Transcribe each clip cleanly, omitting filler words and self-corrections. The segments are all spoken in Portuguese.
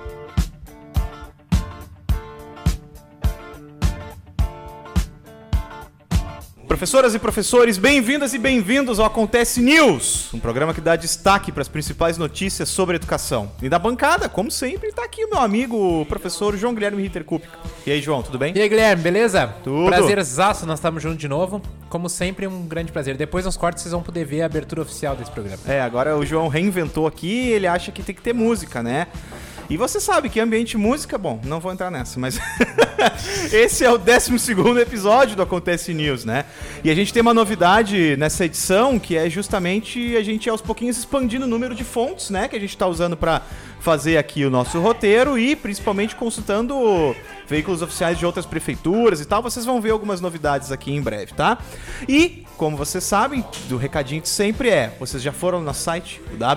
Professoras e professores, bem-vindas e bem-vindos ao Acontece News, um programa que dá destaque para as principais notícias sobre educação. E da bancada, como sempre, está aqui o meu amigo, o professor João Guilherme Ritterkupic. E aí, João, tudo bem? E aí, Guilherme, beleza? Tudo. Prazerzaço, nós estamos juntos de novo. Como sempre, um grande prazer. Depois, nos cortes, vocês vão poder ver a abertura oficial desse programa. Agora o João reinventou aqui, ele acha que tem que ter música, né? E você sabe que ambiente música, bom, não vou entrar nessa, mas esse é o 12º episódio do Acontece News, né? E a gente tem uma novidade nessa edição, que é justamente a gente aos pouquinhos expandindo o número de fontes, né? Que a gente está usando para fazer aqui o nosso roteiro e principalmente consultando veículos oficiais de outras prefeituras e tal. Vocês vão ver algumas novidades aqui em breve, tá? E, como vocês sabem, do recadinho que sempre vocês já foram no nosso site,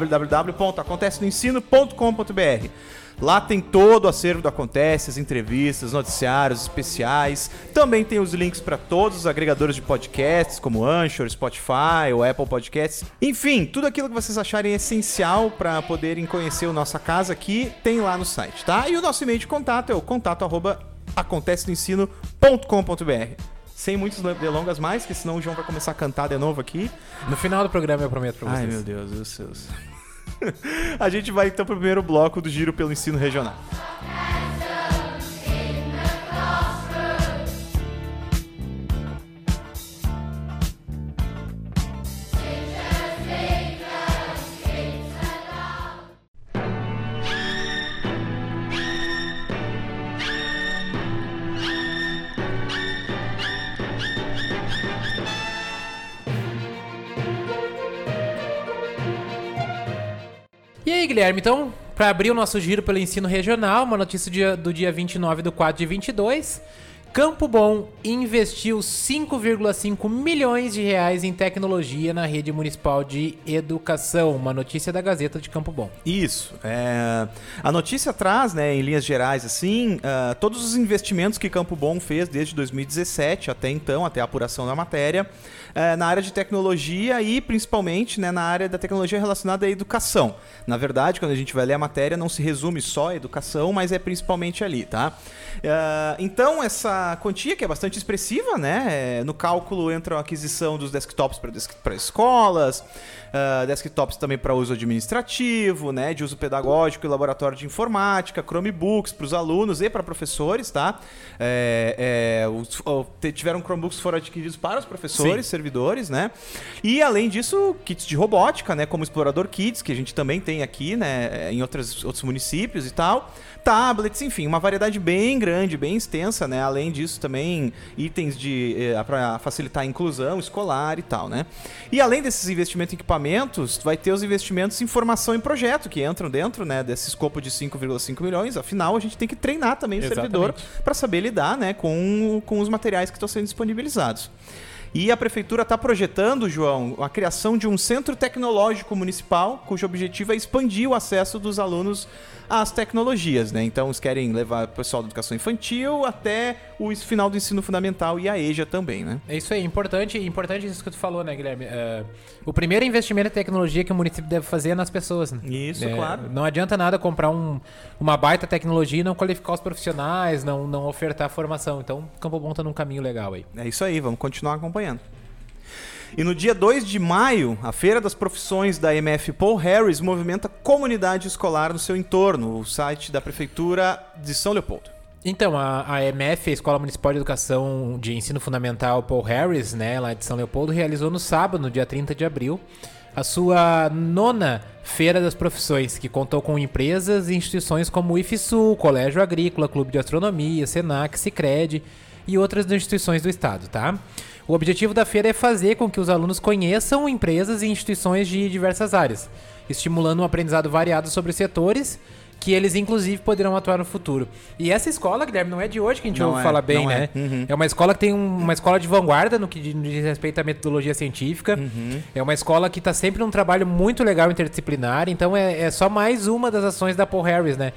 www.acontecenoensino.com.br. Lá tem todo o acervo do Acontece, as entrevistas, noticiários especiais. Também tem os links para todos os agregadores de podcasts, como Anchor, Spotify ou Apple Podcasts. Enfim, tudo aquilo que vocês acharem essencial para poderem conhecer a nossa casa aqui, tem lá no site, tá? E o nosso e-mail de contato é o contato@acontecenoensino.com.br. Sem muitas delongas mais, porque senão o João vai começar a cantar de novo aqui. No final do programa eu prometo para vocês. Ai, meu Deus do céu. A gente vai então pro primeiro bloco do Giro pelo Ensino Regional. E aí, Guilherme, então, para abrir o nosso giro pelo ensino regional, uma notícia do dia 29/4/22, Campo Bom investiu 5,5 milhões de reais em tecnologia na rede municipal de educação. Uma notícia da Gazeta de Campo Bom. Isso. A notícia traz, né, em linhas gerais, assim, todos os investimentos que Campo Bom fez desde 2017 até então, até a apuração da matéria, na área de tecnologia e principalmente, né, na área da tecnologia relacionada à educação. Na verdade, quando a gente vai ler a matéria, não se resume só à educação, mas é principalmente ali, tá? Então, essa quantia, que é bastante expressiva, né? No cálculo entra a aquisição dos desktops para escolas, desktops também para uso administrativo, né? De uso pedagógico e laboratório de informática, Chromebooks para os alunos e para professores, tá? Tiveram Chromebooks que foram adquiridos para os professores, servidores, né? E além disso, kits de robótica, né? Como Explorador Kits, que a gente também tem aqui, né? Em outros municípios e tal. Tablets, enfim, uma variedade bem grande, bem extensa, né? Além disso, também itens para facilitar a inclusão escolar e tal, né? E além desses investimentos em equipamentos, vai ter os investimentos em formação em projeto, que entram dentro, né, desse escopo de 5,5 milhões. Afinal, a gente tem que treinar também o servidor para saber lidar, né, com os materiais que estão sendo disponibilizados. E a prefeitura está projetando, João, a criação de um centro tecnológico municipal, cujo objetivo é expandir o acesso dos alunos às tecnologias, né? Então, eles querem levar o pessoal da educação infantil até o final do ensino fundamental e a EJA também, né? É isso aí, importante isso que tu falou, né, Guilherme? O primeiro investimento em tecnologia que o município deve fazer é nas pessoas, né? Isso, claro. Não adianta nada comprar uma baita tecnologia e não qualificar os profissionais, não ofertar formação. Então, Campo Bom tá num caminho legal aí. É isso aí, vamos continuar acompanhando. E no dia 2 de maio, a Feira das Profissões da MF Paul Harris movimenta comunidade escolar no seu entorno, o site da Prefeitura de São Leopoldo. Então, a EMF, a Escola Municipal de Educação de Ensino Fundamental Paul Harris, né, lá de São Leopoldo, realizou no sábado, no dia 30 de abril, a sua 9ª Feira das Profissões, que contou com empresas e instituições como o IFSU, Colégio Agrícola, Clube de Astronomia, Senac, Sicredi e outras instituições do estado, tá? O objetivo da feira é fazer com que os alunos conheçam empresas e instituições de diversas áreas, estimulando um aprendizado variado sobre setores que eles, inclusive, poderão atuar no futuro. E essa escola, Guilherme, não é de hoje que a gente ouve falar bem, né? Uhum. É uma escola que tem uma escola de vanguarda no que diz respeito à metodologia científica. Uhum. É uma escola que está sempre num trabalho muito legal interdisciplinar. Então, é só mais uma das ações da Paul Harris, né?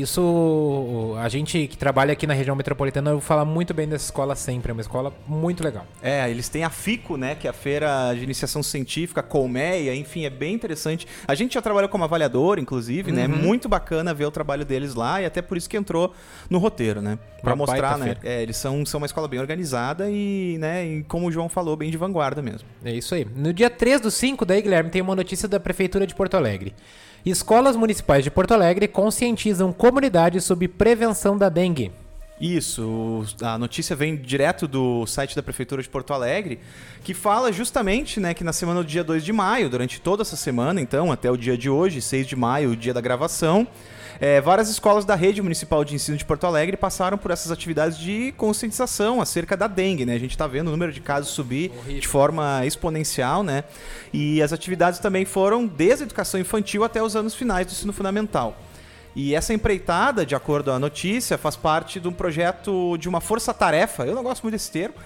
Isso, a gente que trabalha aqui na região metropolitana, eu vou falar muito bem dessa escola sempre. É uma escola muito legal. Eles têm a FICO, né? Que é a Feira de Iniciação Científica, Colmeia, enfim, é bem interessante. A gente já trabalhou como avaliador, inclusive, né? Muito bacana bacana ver o trabalho deles lá e até por isso que entrou no roteiro, né? Pra mostrar, né? Eles são uma escola bem organizada e, né, e como o João falou, bem de vanguarda mesmo. É isso aí. No dia 3/5, daí, Guilherme, tem uma notícia da Prefeitura de Porto Alegre. Escolas municipais de Porto Alegre conscientizam comunidades sobre prevenção da dengue. Isso, a notícia vem direto do site da Prefeitura de Porto Alegre, que fala justamente, né, que na semana do dia 2 de maio, durante toda essa semana, então, até o dia de hoje, 6 de maio, o dia da gravação, várias escolas da Rede Municipal de Ensino de Porto Alegre passaram por essas atividades de conscientização acerca da dengue, né? A gente está vendo o número de casos subir de forma exponencial, né? E as atividades também foram desde a educação infantil até os anos finais do ensino fundamental. E essa empreitada, de acordo à notícia, faz parte de um projeto de uma força-tarefa, eu não gosto muito desse termo,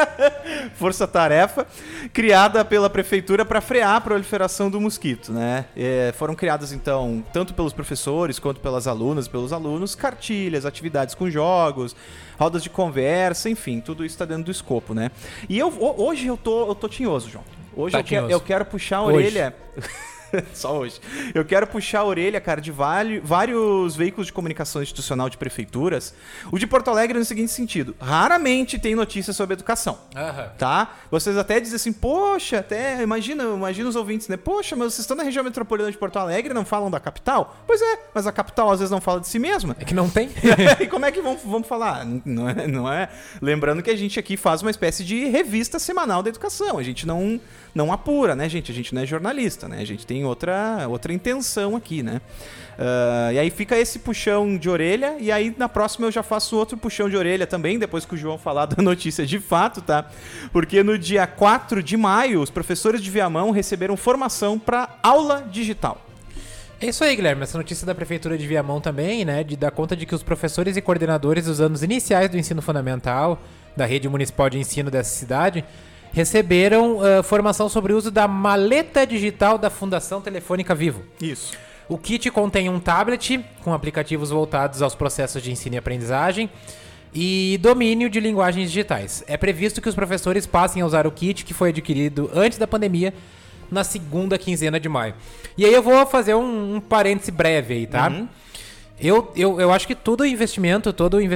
força-tarefa, criada pela prefeitura para frear a proliferação do mosquito, né? Foram criadas, então, tanto pelos professores quanto pelas alunas e pelos alunos, cartilhas, atividades com jogos, rodas de conversa, enfim, tudo isso está dentro do escopo, né? E hoje eu tô tinhoso, João. Hoje eu quero puxar a orelha... Só hoje. Eu quero puxar a orelha, cara, de vários veículos de comunicação institucional de prefeituras. O de Porto Alegre no seguinte sentido: raramente tem notícias sobre educação. Tá? Vocês até dizem assim, poxa, até imagina os ouvintes, né? Poxa, mas vocês estão na região metropolitana de Porto Alegre e não falam da capital? Pois é, mas a capital às vezes não fala de si mesma. É que não tem. E como é que vamos falar? Não é? Lembrando que a gente aqui faz uma espécie de revista semanal da educação. A gente não apura, né, gente? A gente não é jornalista, né? A gente tem outra intenção aqui, né? E aí fica esse puxão de orelha, e aí na próxima eu já faço outro puxão de orelha também, depois que o João falar da notícia de fato, tá? Porque no dia 4 de maio, os professores de Viamão receberam formação para aula digital. É isso aí, Guilherme. Essa notícia da Prefeitura de Viamão também, né? De dar conta de que os professores e coordenadores dos anos iniciais do ensino fundamental, da rede municipal de ensino dessa cidade, receberam formação sobre o uso da maleta digital da Fundação Telefônica Vivo. Isso. O kit contém um tablet com aplicativos voltados aos processos de ensino e aprendizagem e domínio de linguagens digitais. É previsto que os professores passem a usar o kit que foi adquirido antes da pandemia, na segunda quinzena de maio. E aí eu vou fazer um parêntese breve aí, tá? Uhum. Eu acho que todo investimento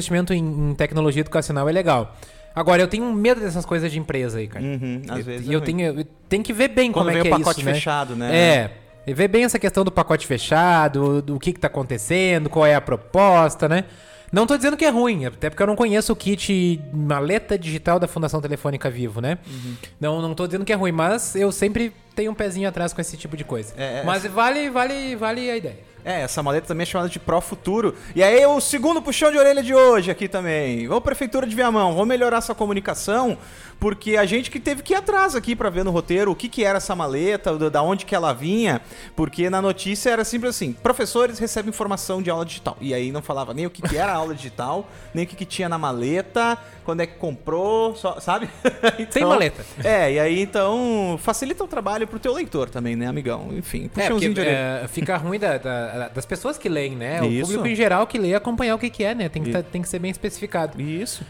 em tecnologia educacional é legal. Agora, eu tenho medo dessas coisas de empresa aí, cara. Às vezes eu tenho que ver bem como é que é isso, né? Quando vem o pacote fechado, né? Ver bem essa questão do pacote fechado, do que tá acontecendo, qual é a proposta, né? Não tô dizendo que é ruim, até porque eu não conheço o kit maleta digital da Fundação Telefônica Vivo, né? Uhum. Não tô dizendo que é ruim, mas eu sempre tenho um pezinho atrás com esse tipo de coisa. Mas vale a ideia. Essa maleta também é chamada de Pro Futuro. E aí o segundo puxão de orelha de hoje aqui também. Ô, Prefeitura de Viamão, vamos melhorar essa comunicação, porque a gente que teve que ir atrás aqui pra ver no roteiro o que era essa maleta, da onde que ela vinha, porque na notícia era simples assim: professores recebem informação de aula digital. E aí não falava nem o que era a aula digital, nem o que tinha na maleta, quando é que comprou, sabe? Então, tem maleta. E aí então facilita o trabalho pro teu leitor também, né, amigão? Enfim, puxãozinho de orelha. Fica ruim das pessoas que leem, né? O público em geral que lê acompanhar o que é, né? Tem que ser bem especificado. Isso.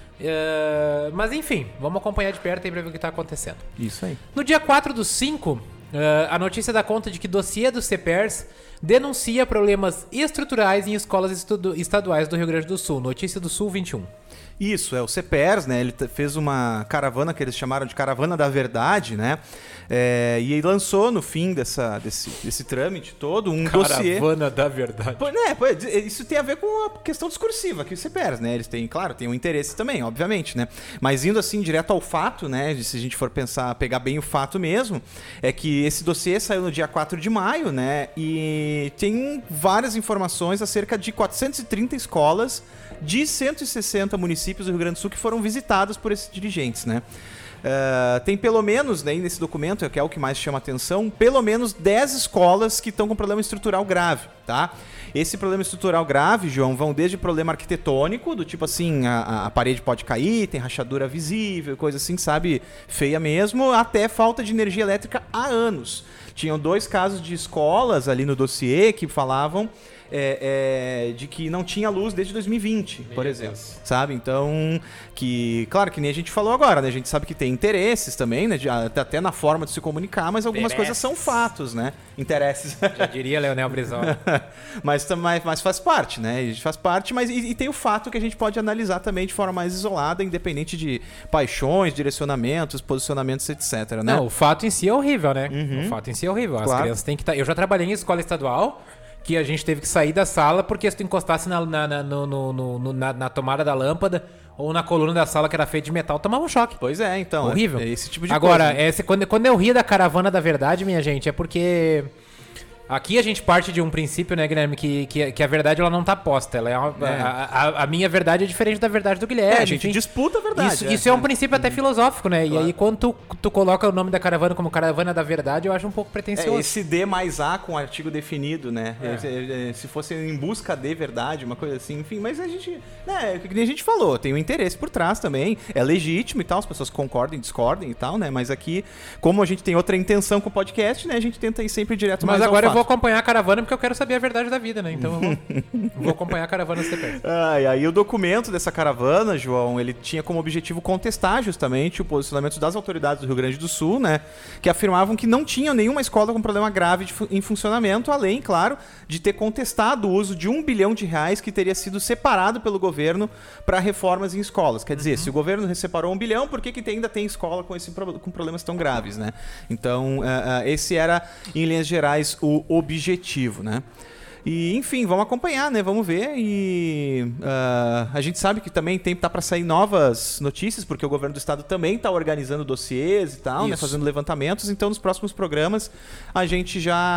Mas enfim, vamos acompanhar de perto aí pra ver o que tá acontecendo. Isso aí. No dia 4/5, a notícia dá conta de que dossiê do CEPERS denuncia problemas estruturais em escolas estaduais do Rio Grande do Sul. Notícia do Sul 21. Isso, o CEPERS, né? Ele fez uma caravana que eles chamaram de Caravana da Verdade, né? E ele lançou no fim desse trâmite todo um dossiê. Caravana da Verdade. Isso tem a ver com a questão discursiva que o CEPERS, né? Eles têm, claro, tem um interesse também, obviamente, né? Mas indo assim direto ao fato, né? Se a gente for pegar bem o fato mesmo, é que esse dossiê saiu no dia 4 de maio, né? E tem várias informações acerca de 430 escolas de 160 municípios do Rio Grande do Sul que foram visitadas por esses dirigentes, né? Tem pelo menos, né, nesse documento, que é o que mais chama atenção, pelo menos 10 escolas que estão com problema estrutural grave, tá? Esse problema estrutural grave, João, vão desde problema arquitetônico, do tipo assim, a parede pode cair, tem rachadura visível, coisa assim, sabe, feia mesmo, até falta de energia elétrica há anos. Tinham 2 casos de escolas ali no dossiê que falavam de que não tinha luz desde 2020, por exemplo, sabe? Então, claro que nem a gente falou agora, né? A gente sabe que tem interesses também, né? Até na forma de se comunicar, mas algumas coisas são fatos, né? Interesses. Já diria Leonel Brizola. mas faz parte, né? A gente faz parte, mas e tem o fato que a gente pode analisar também de forma mais isolada, independente de paixões, direcionamentos, posicionamentos, etc, né? Não, o fato em si é horrível, né? O fato em si é horrível. As crianças têm que estar... Eu já trabalhei em escola estadual, que a gente teve que sair da sala porque se tu encostasse na tomada da lâmpada ou na coluna da sala que era feita de metal, tomava um choque. Pois é, então. Horrível. É esse tipo de Agora, coisa. Quando eu ria da caravana da verdade, minha gente, é porque... Aqui a gente parte de um princípio, né, Guilherme, que a verdade ela não tá posta. Ela a minha verdade é diferente da verdade do Guilherme. A gente disputa a verdade. Isso é um princípio até filosófico, né? Claro. E aí, quando tu coloca o nome da caravana como caravana da verdade, eu acho um pouco pretencioso. Esse D mais A com artigo definido, né? Se fosse em busca de verdade, uma coisa assim, enfim. Mas a gente, né, que nem a gente falou, tem um interesse por trás também. É legítimo e tal, as pessoas concordem, discordem e tal, né? Mas aqui, como a gente tem outra intenção com o podcast, né? A gente tenta ir sempre direto mais ao fato. Mas agora eu vou acompanhar a caravana porque eu quero saber a verdade da vida, né? Então eu vou acompanhar a caravana se perto. E aí o documento dessa caravana, João, ele tinha como objetivo contestar justamente o posicionamento das autoridades do Rio Grande do Sul, né? Que afirmavam que não tinham nenhuma escola com problema grave em funcionamento, além, claro, de ter contestado o uso de R$1 bilhão que teria sido separado pelo governo para reformas em escolas. Quer dizer, se o governo separou R$1 bilhão, por que ainda tem escola com problemas tão graves, né? Então, esse era, em linhas gerais, o objetivo, né? E, enfim, vamos acompanhar, né? Vamos ver. E a gente sabe que também tá para sair novas notícias, porque o governo do estado também está organizando dossiês e tal, né? Fazendo levantamentos. Então, nos próximos programas, a gente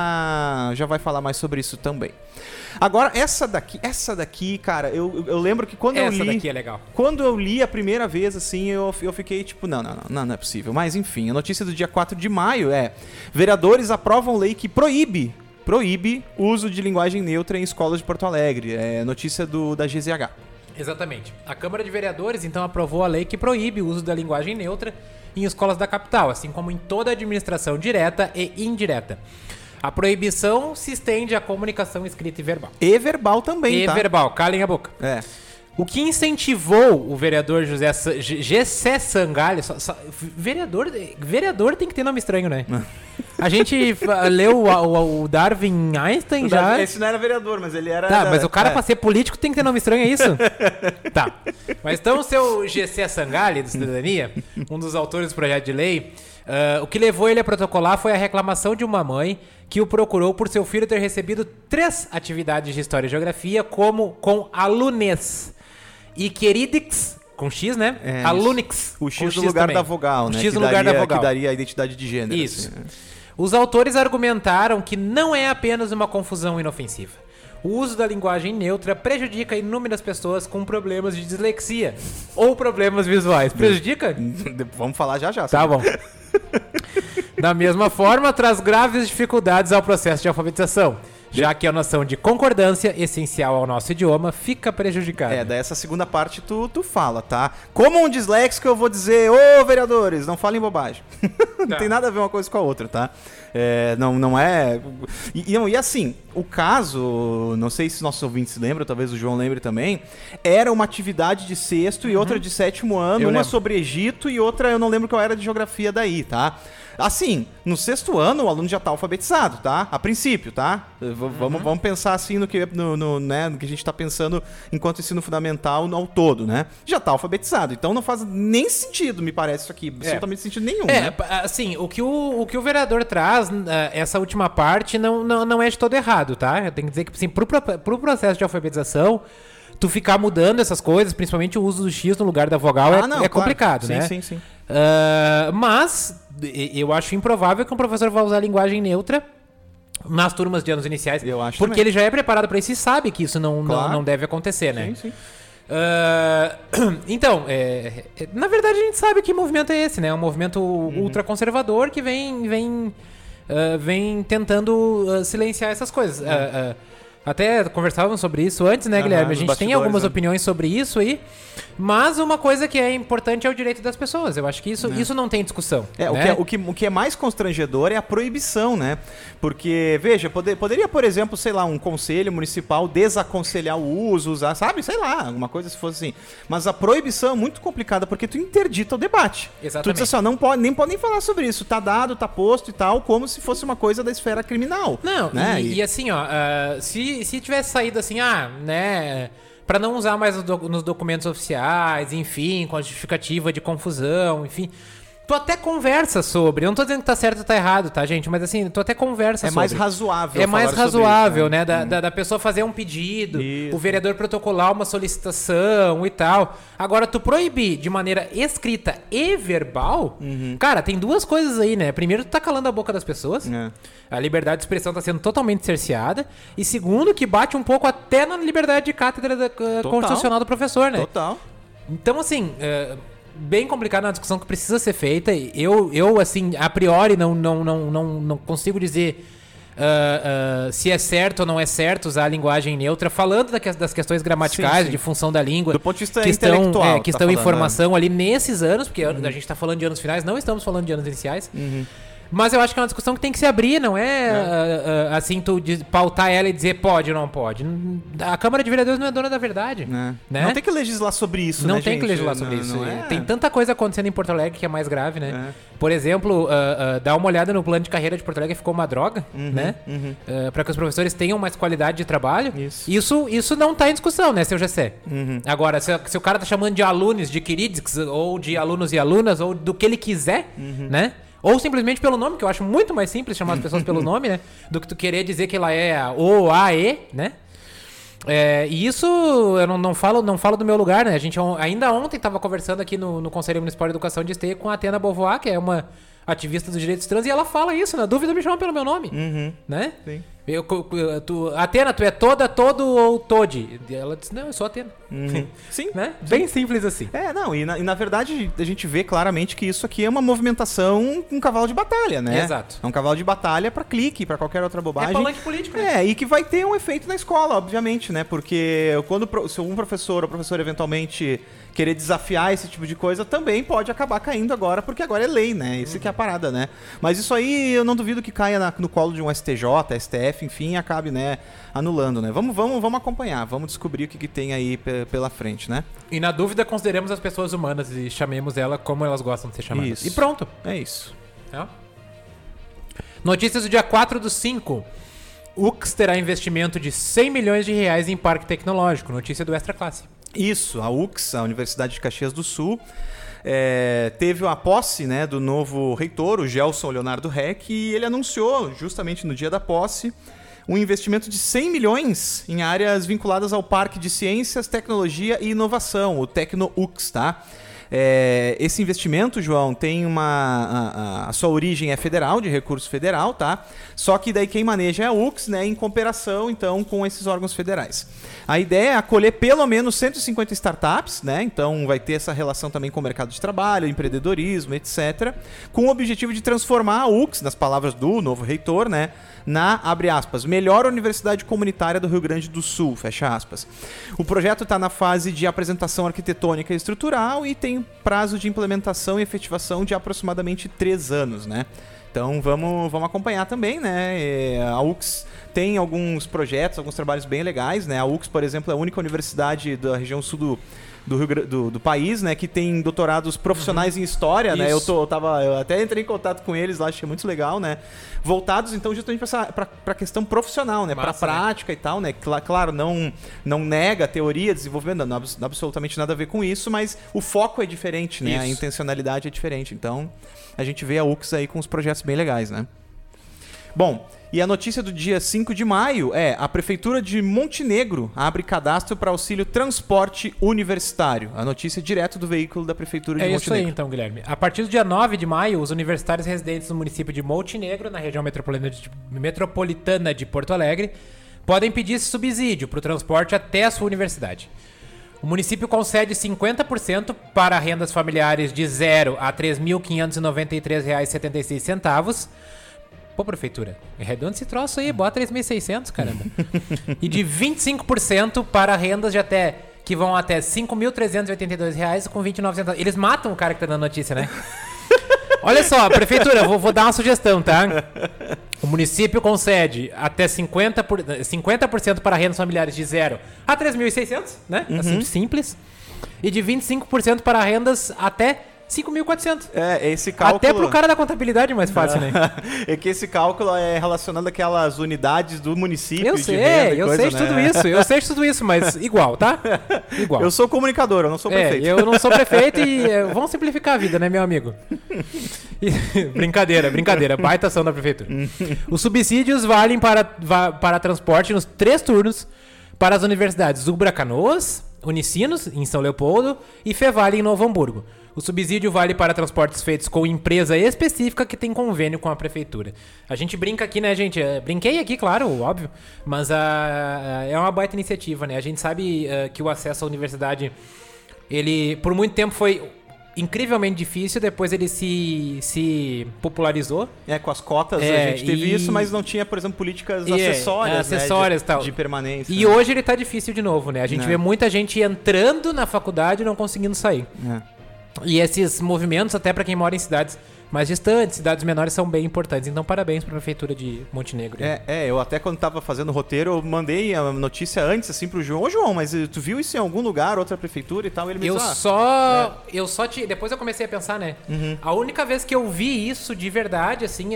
já vai falar mais sobre isso também. Agora, essa daqui, cara, eu lembro que quando eu li... Essa daqui é legal. Quando eu li a primeira vez, assim, eu fiquei tipo, não é possível. Mas, enfim, a notícia do dia 4 de maio é: vereadores aprovam lei que proíbe o uso de linguagem neutra em escolas de Porto Alegre. É notícia da GZH. Exatamente. A Câmara de Vereadores, então, aprovou a lei que proíbe o uso da linguagem neutra em escolas da capital, assim como em toda a administração direta e indireta. A proibição se estende à comunicação escrita e verbal. E verbal também, tá? E verbal. Calem a boca. O que incentivou o vereador Gessé Sangalho... Vereador tem que ter nome estranho, né? A gente leu o Darwin Einstein já... Esse não era vereador, mas ele era... Tá, mas o cara pra ser político tem que ter nome estranho, é isso? Tá. Mas então o seu Gessé Sangalho, do Cidadania, um dos autores do projeto de lei, o que levou ele a protocolar foi a reclamação de uma mãe que o procurou por seu filho ter recebido 3 atividades de História e Geografia com alunes e queridix, com X, né? Alunix. O X no lugar também. Da vogal, né? O X no lugar da vogal. Que daria a identidade de gênero. Isso. Assim, né? Os autores argumentaram que não é apenas uma confusão inofensiva. O uso da linguagem neutra prejudica inúmeras pessoas com problemas de dislexia ou problemas visuais. Prejudica? Vamos falar já. Tá bom. Da mesma forma, traz graves dificuldades ao processo de alfabetização, já que a noção de concordância, essencial ao nosso idioma, fica prejudicada. Daí essa segunda parte tu fala, tá? Como um disléxico eu vou dizer, vereadores, não falem bobagem. Não tem nada a ver uma coisa com a outra, tá? Não é... E assim, o caso, não sei se nossos ouvintes lembram, talvez o João lembre também, era uma atividade de 6º e outra de 7º ano, uma sobre Egito e outra, eu não lembro qual era de geografia daí, tá? Assim, no 6º ano o aluno já tá alfabetizado, tá? A princípio, tá? Vamos pensar assim no que a gente tá pensando enquanto ensino fundamental ao todo, né? Já tá alfabetizado, então não faz nem sentido, me parece, isso aqui. Absolutamente sentido nenhum, né? Assim, o que o vereador traz, essa última parte, não é de todo errado, tá? Eu tenho que dizer que, assim, pro processo de alfabetização, tu ficar mudando essas coisas, principalmente o uso do X no lugar da vogal, complicado, claro. né? Sim. Mas eu acho improvável que um professor vá usar a linguagem neutra nas turmas de anos iniciais, eu acho porque também. Ele já é preparado para isso e sabe que isso não deve acontecer, né? Sim. Então, na verdade a gente sabe que movimento é esse, né? É um movimento ultraconservador que vem tentando silenciar essas coisas. Até conversávamos sobre isso antes, né, Guilherme? A gente tem algumas opiniões sobre isso aí. Mas uma coisa que é importante é o direito das pessoas. Eu acho que isso não tem discussão. Né? O que é mais constrangedor é a proibição, né? Porque, veja, poderia, por exemplo, sei lá, um conselho municipal desaconselhar o uso, usar, sabe? Sei lá, alguma coisa se fosse assim. Mas a proibição é muito complicada porque tu interdita o debate. Exatamente. Tu diz assim, ó, não pode nem falar sobre isso. Tá dado, tá posto e tal, como se fosse uma coisa da esfera criminal. Não, né? E assim, ó, se tivesse saído assim, né... Pra não usar mais nos documentos oficiais, enfim, com a justificativa de confusão, enfim. Tu até conversa sobre. Eu não tô dizendo que tá certo ou tá errado, tá, gente? Mas assim, tu até conversa sobre. É mais razoável. É mais razoável, isso, né? Da pessoa fazer um pedido, isso. O vereador protocolar uma solicitação e tal. Agora, tu proibir de maneira escrita e verbal, cara, tem duas coisas aí, né? Primeiro, tu tá calando a boca das pessoas. A liberdade de expressão tá sendo totalmente cerceada. E segundo, que bate um pouco até na liberdade de cátedra constitucional do professor, né? Total. Então, assim... bem complicado, é uma discussão que precisa ser feita. Eu assim, a priori, não consigo dizer se é certo ou não é certo usar a linguagem neutra, falando das questões gramaticais, sim. De função da língua. Do ponto de vista intelectual. Questão de informação ali nesses anos, porque a gente está falando de anos finais, não estamos falando de anos iniciais. Mas eu acho que é uma discussão que tem que se abrir, não é assim, tu pautar ela e dizer pode ou não pode. A Câmara de Vereadores não é dona da verdade. Né? Não tem que legislar sobre isso, não né, tem que legislar sobre isso. Tem tanta coisa acontecendo em Porto Alegre que é mais grave, né? Por exemplo, dá uma olhada no plano de carreira de Porto Alegre, ficou uma droga, né? Para que os professores tenham mais qualidade de trabalho. Isso não tá em discussão, né, seu Gessé? Agora, se o cara tá chamando de alunos, de queridos, ou de alunos e alunas, ou do que ele quiser, né? Ou simplesmente pelo nome, que eu acho muito mais simples chamar as pessoas pelo nome, né? Do que tu querer dizer que ela é a O, A, E, né? E isso eu não falo do meu lugar, né? A gente ainda ontem estava conversando aqui no Conselho Municipal de Educação de Esteio com a Atena Beauvoir, que é uma ativista dos direitos trans, e ela fala isso, na dúvida me chama pelo meu nome, né? Sim. Atena, tu é toda, todo ou tode? Ela disse, não, eu sou Atena. Sim. Né? Bem simples assim. E na verdade a gente vê claramente que isso aqui é uma movimentação, um cavalo de batalha, né? Exato. É um cavalo de batalha pra clique, pra qualquer outra bobagem. É palanque político, né? E que vai ter um efeito na escola, obviamente, né? Porque se um professor ou professora eventualmente querer desafiar esse tipo de coisa, também pode acabar caindo agora, porque agora é lei, né? Isso que é a parada, né? Mas isso aí eu não duvido que caia no colo de um STJ, STF, enfim, e acabe, né, anulando, né? Vamos acompanhar, vamos descobrir o que tem aí pela frente, né? E na dúvida, consideremos as pessoas humanas e chamemos ela como elas gostam de ser chamadas. Isso. E pronto. É isso. Notícias do dia 4/5. UX terá investimento de 100 milhões de reais em parque tecnológico. Notícia do Extra Classe. Isso, a UX, a Universidade de Caxias do Sul, teve a posse, né, do novo reitor, o Gelson Leonardo Reck, e ele anunciou, justamente no dia da posse, um investimento de 100 milhões em áreas vinculadas ao Parque de Ciências, Tecnologia e Inovação, o TecnoUX, tá? Esse investimento, João, tem a sua origem é federal, de recurso federal, tá? Só que daí quem maneja é a UX, né, em cooperação, então, com esses órgãos federais. A ideia é acolher pelo menos 150 startups, né? Então vai ter essa relação também com o mercado de trabalho, empreendedorismo, etc., com o objetivo de transformar a UX, nas palavras do novo reitor, né, na, abre aspas, melhor universidade comunitária do Rio Grande do Sul, fecha aspas. O projeto está na fase de apresentação arquitetônica e estrutural e tem prazo de implementação e efetivação de aproximadamente 3 anos, né? Então vamos acompanhar também, né? A UX tem alguns projetos, alguns trabalhos bem legais, né? A UX, por exemplo, é a única universidade da região sul do país, né, que tem doutorados profissionais em história, né? Eu até entrei em contato com eles lá, achei muito legal, né? Voltados então justamente para a questão profissional, né? Para a prática, né? E tal, né? Claro, não nega a teoria, desenvolvimento, não absolutamente nada a ver com isso, mas o foco é diferente, né? Isso. A intencionalidade é diferente. Então, a gente vê a UX aí com os projetos bem legais, né? Bom, e a notícia do dia 5 de maio é: a Prefeitura de Montenegro abre cadastro para auxílio transporte universitário. A notícia é direto do veículo da Prefeitura de Montenegro. É isso aí, então, Guilherme. A partir do dia 9 de maio, os universitários residentes no município de Montenegro, na região metropolitana de Porto Alegre, podem pedir esse subsídio para o transporte até a sua universidade. O município concede 50% para rendas familiares de 0 a R$ 3.593,76. Pô, prefeitura, arredonda esse troço aí, bota 3.600, caramba. E de 25% para rendas de até que vão até R$ 5.382 com 29 centavos. Eles matam o cara que tá dando notícia, né? Olha só, prefeitura, vou dar uma sugestão, tá? O município concede até 50% para rendas familiares de 0 a 3.600, né? Assim, simples. E de 25% para rendas até 5.400. Esse cálculo... Até pro cara da contabilidade é mais fácil, né? É que esse cálculo é relacionando aquelas unidades do município. Eu sei de tudo isso. Eu sei de tudo isso, mas igual, tá? Igual. Eu sou comunicador, eu não sou prefeito. Eu não sou prefeito e vamos simplificar a vida, né, meu amigo? Brincadeira. Baita ação da prefeitura. Os subsídios valem para transporte nos 3 turnos para as universidades Ubra Canoas, Unicinos, em São Leopoldo, e Fevale, em Novo Hamburgo. O subsídio vale para transportes feitos com empresa específica que tem convênio com a prefeitura. A gente brinca aqui, né, gente? Brinquei aqui, claro, óbvio, mas é uma baita iniciativa, né? A gente sabe que o acesso à universidade, ele por muito tempo foi incrivelmente difícil, depois ele se popularizou. Com as cotas a gente teve isso, mas não tinha, por exemplo, políticas acessórias, né, tal. De permanência. E hoje ele tá difícil de novo, né? A gente vê muita gente entrando na faculdade e não conseguindo sair. E esses movimentos, até para quem mora em cidades mais distantes, cidades menores, são bem importantes. Então, parabéns para a prefeitura de Montenegro. Eu até quando tava fazendo o roteiro, eu mandei a notícia antes, assim, pro João. Ô, João, mas tu viu isso em algum lugar, outra prefeitura e tal? Ele me disse, depois eu comecei a pensar, né? A única vez que eu vi isso de verdade, assim,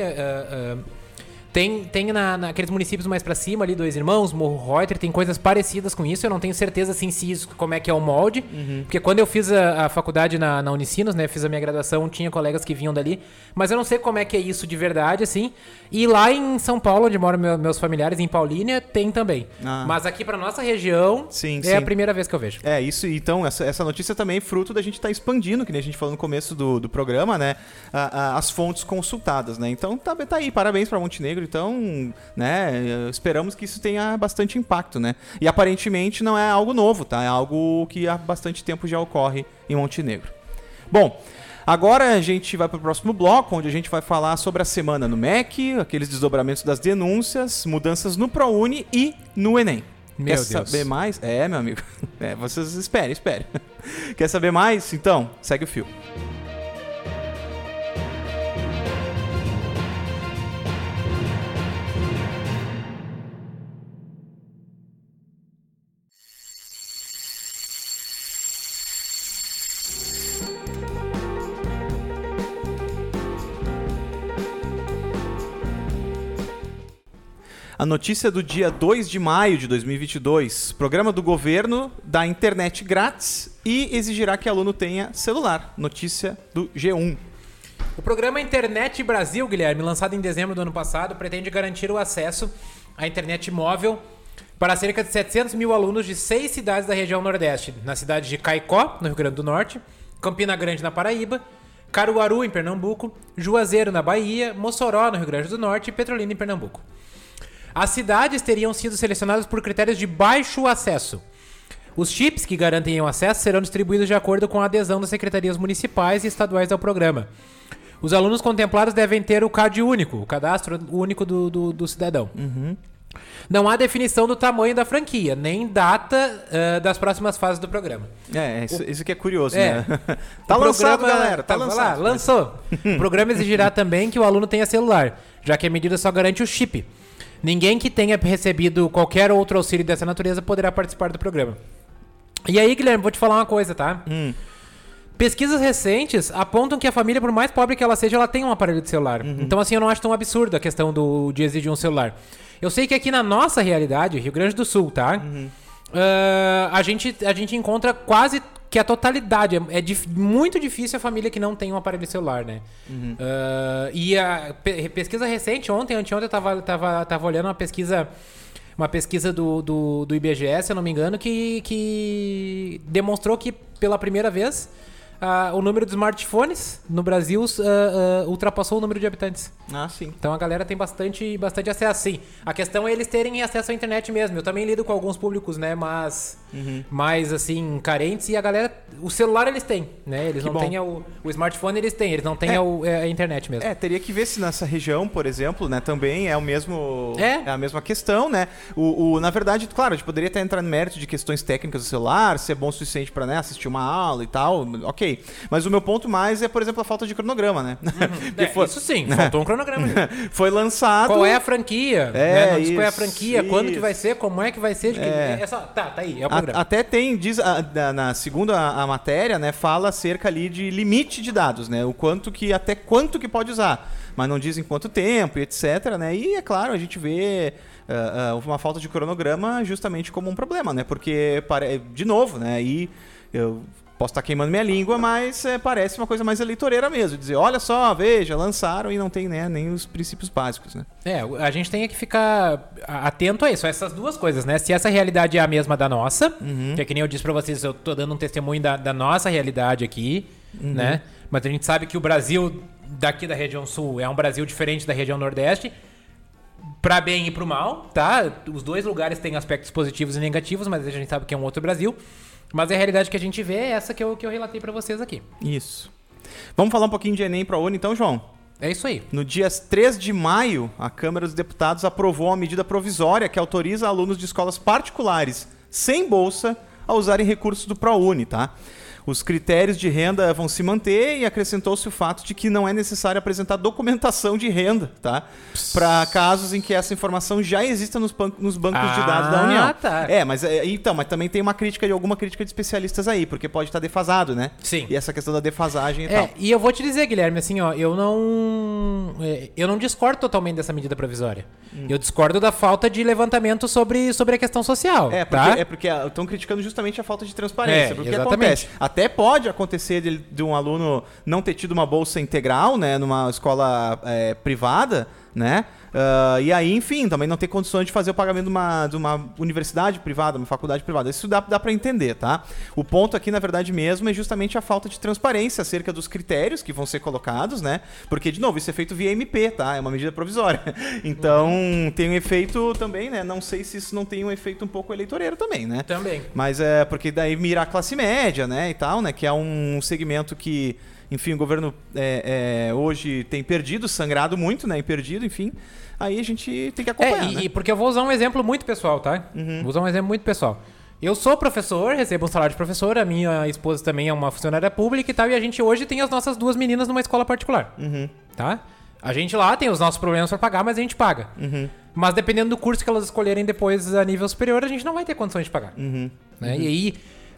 tem naqueles municípios mais pra cima ali, Dois Irmãos, Morro Reuter, tem coisas parecidas com isso. Eu não tenho certeza, assim, como é que é o molde. Porque quando eu fiz a faculdade na Unicinos, né, fiz a minha graduação, tinha colegas que vinham dali. Mas eu não sei como é que é isso de verdade, assim. E lá em São Paulo, onde moram meus familiares, em Paulínia, tem também. Mas aqui pra nossa região, sim. A primeira vez que eu vejo. Isso, então, essa notícia também é fruto da gente estar expandindo, que nem a gente falou no começo do programa, né, as fontes consultadas, né. Então, tá aí, parabéns pra Montenegro. Então, né, esperamos que isso tenha bastante impacto, né. E aparentemente não é algo novo, tá? É algo que há bastante tempo já ocorre em Montenegro. Bom, agora a gente vai para o próximo bloco, onde a gente vai falar sobre a semana no MEC, aqueles desdobramentos das denúncias, mudanças no ProUni e no Enem. Meu Deus. Quer saber mais? Meu amigo. Vocês esperem. Quer saber mais? Então, segue o fio. A notícia do dia 2 de maio de 2022. Programa do governo dá internet grátis e exigirá que aluno tenha celular. Notícia do G1. O programa Internet Brasil, Guilherme, lançado em dezembro do ano passado, pretende garantir o acesso à internet móvel para cerca de 700 mil alunos de 6 cidades da região Nordeste. Na cidade de Caicó, no Rio Grande do Norte, Campina Grande, na Paraíba, Caruaru, em Pernambuco, Juazeiro, na Bahia, Mossoró, no Rio Grande do Norte e Petrolina, em Pernambuco. As cidades teriam sido selecionadas por critérios de baixo acesso. Os chips que garantem o acesso serão distribuídos de acordo com a adesão das secretarias municipais e estaduais ao programa. Os alunos contemplados devem ter o CAD único, o cadastro único do cidadão. Não há definição do tamanho da franquia, nem data das próximas fases do programa. Isso que é curioso, né? Tá lançado, galera, tá lançado. Lançou. O programa exigirá também que o aluno tenha celular, já que a medida só garante o chip. Ninguém que tenha recebido qualquer outro auxílio dessa natureza poderá participar do programa. E aí, Guilherme, vou te falar uma coisa, tá? Pesquisas recentes apontam que a família, por mais pobre que ela seja, ela tem um aparelho de celular. Então, assim, eu não acho tão absurdo a questão de exigir um celular. Eu sei que aqui na nossa realidade, Rio Grande do Sul, tá? A gente encontra quase que a totalidade. É muito difícil a família que não tem um aparelho celular, né? E a pesquisa recente, anteontem, eu tava olhando uma pesquisa do IBGE, se eu não me engano, que demonstrou que pela primeira vez o número de smartphones no Brasil ultrapassou o número de habitantes. Ah, sim. Então a galera tem bastante acesso, sim. A questão é eles terem acesso à internet mesmo. Eu também lido com alguns públicos, né, mas mais assim, carentes, e a galera, o celular eles têm, né? Eles Que não bom. têm o smartphone, eles têm, eles não têm a internet mesmo. Teria que ver se nessa região, por exemplo, né, também é o mesmo É. a mesma questão, né? Na verdade, claro, a gente poderia até entrar no mérito de questões técnicas do celular, se é bom o suficiente para, né, assistir uma aula e tal, ok. Mas o meu ponto mais é, por exemplo, a falta de cronograma, né? Isso sim, faltou um cronograma. Foi lançado... Qual é a franquia? Né? Não diz qual é a isso, franquia, quando que isso. vai ser, como é que vai ser. Tá aí, é o programa. Até diz, segundo a matéria, né, fala acerca ali de limite de dados, né? Até quanto que pode usar. Mas não diz em quanto tempo e etc, né? E, é claro, a gente vê uma falta de cronograma justamente como um problema, né? Porque, de novo, né? E eu posso estar queimando minha língua, mas parece uma coisa mais eleitoreira mesmo. Dizer, olha só, veja, lançaram e não tem, né, nem os princípios básicos, né? A gente tem que ficar atento a isso, a essas duas coisas, né? Se essa realidade é a mesma da nossa, que é que nem eu disse pra vocês, eu tô dando um testemunho da nossa realidade aqui, né? Mas a gente sabe que o Brasil daqui da região sul é um Brasil diferente da região nordeste, pra bem e pro mal, tá? Os dois lugares têm aspectos positivos e negativos, mas a gente sabe que é um outro Brasil. Mas a realidade que a gente vê é essa que eu relatei pra vocês aqui. Isso. Vamos falar um pouquinho de Enem para a UNE, então, João? É isso aí. No dia 3 de maio, a Câmara dos Deputados aprovou uma medida provisória que autoriza alunos de escolas particulares sem bolsa a usarem recursos do ProUni, tá? Os critérios de renda vão se manter e acrescentou-se o fato de que não é necessário apresentar documentação de renda, tá? Para casos em que essa informação já exista nos bancos de dados da União. Tá. Mas também tem alguma crítica de especialistas aí, porque pode estar defasado, né? Sim. E essa questão da defasagem e tal. E eu vou te dizer, Guilherme, assim, ó, eu não discordo totalmente dessa medida provisória. Eu discordo da falta de levantamento sobre a questão social. Porque estão criticando justamente a falta de transparência. Porque exatamente. acontece? Até pode acontecer de um aluno não ter tido uma bolsa integral, né, numa escola privada, né? E aí, enfim, também não ter condições de fazer o pagamento de uma universidade privada, uma faculdade privada. Isso dá para entender, tá? O ponto aqui, na verdade mesmo, é justamente a falta de transparência acerca dos critérios que vão ser colocados, né? Porque, de novo, isso é feito via MP, tá? É uma medida provisória. Então, tem um efeito também, né? Não sei se isso não tem um efeito um pouco eleitoreiro também, né? Também. Mas porque daí mira a classe média, né? E tal, né? Que é um segmento que... Enfim, o governo hoje tem sangrado muito, né? E perdido, enfim. Aí a gente tem que acompanhar, né? Porque eu vou usar um exemplo muito pessoal, tá? Vou usar um exemplo muito pessoal. Eu sou professor, recebo um salário de professor, a minha esposa também é uma funcionária pública e tal, e a gente hoje tem as nossas 2 meninas numa escola particular, tá? A gente lá tem os nossos problemas para pagar, mas a gente paga. Mas dependendo do curso que elas escolherem depois a nível superior, a gente não vai ter condições de pagar. Né? E aí...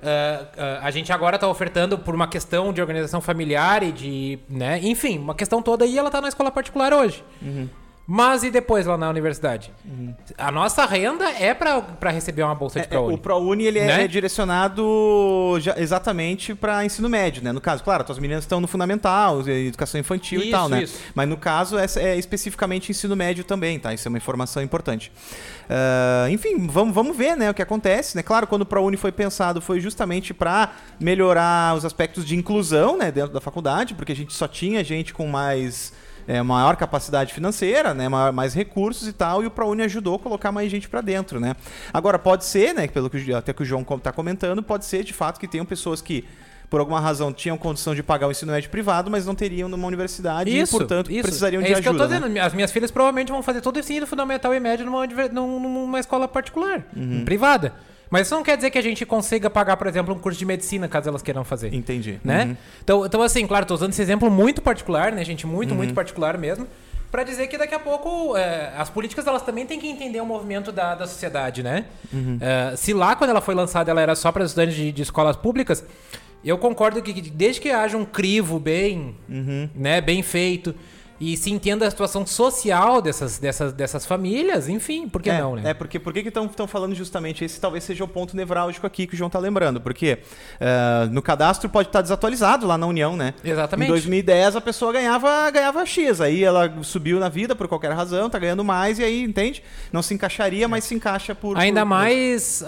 a gente agora está ofertando por uma questão de organização familiar e de, né, enfim, uma questão toda, e ela está na escola particular hoje. Mas e depois lá na universidade? A nossa renda é para receber uma bolsa de ProUni. O ProUni ele né? é direcionado exatamente para ensino médio, né? No caso, claro, as meninas estão no fundamental, educação infantil e tal, né? Isso. Mas no caso é especificamente ensino médio também, tá? Isso é uma informação importante. Enfim, vamos ver, né, o que acontece, né? Claro, quando o ProUni foi pensado, foi justamente para melhorar os aspectos de inclusão, né, dentro da faculdade, porque a gente só tinha gente com maior capacidade financeira, né, mais recursos e tal, e o ProUni ajudou a colocar mais gente para dentro, né? Agora, pode ser, né, pelo que até que o João está comentando, pode ser de fato que tenham pessoas que por alguma razão tinham condição de pagar o ensino médio privado, mas não teriam numa universidade e, portanto, precisariam de ajuda. É isso que eu tô dizendo. As minhas filhas provavelmente vão fazer todo o ensino fundamental e médio numa escola particular, privada. Mas isso não quer dizer que a gente consiga pagar, por exemplo, um curso de medicina, caso elas queiram fazer. Entendi. Né? Então, assim, claro, tô usando esse exemplo muito particular, né, gente? Muito particular mesmo. Pra dizer que daqui a pouco as políticas elas também têm que entender o movimento da sociedade, né? Se lá, quando ela foi lançada, ela era só para estudantes de escolas públicas, eu concordo que desde que haja um crivo bem, né, bem feito, e se entenda a situação social dessas famílias, enfim, por que não, né? Porque por que estão falando justamente esse talvez seja o ponto nevrálgico aqui que o João tá lembrando, porque no cadastro pode estar desatualizado lá na União, né? Exatamente. Em 2010 a pessoa ganhava X, aí ela subiu na vida por qualquer razão, tá ganhando mais e aí, entende? Não se encaixaria, mas se encaixa ainda mais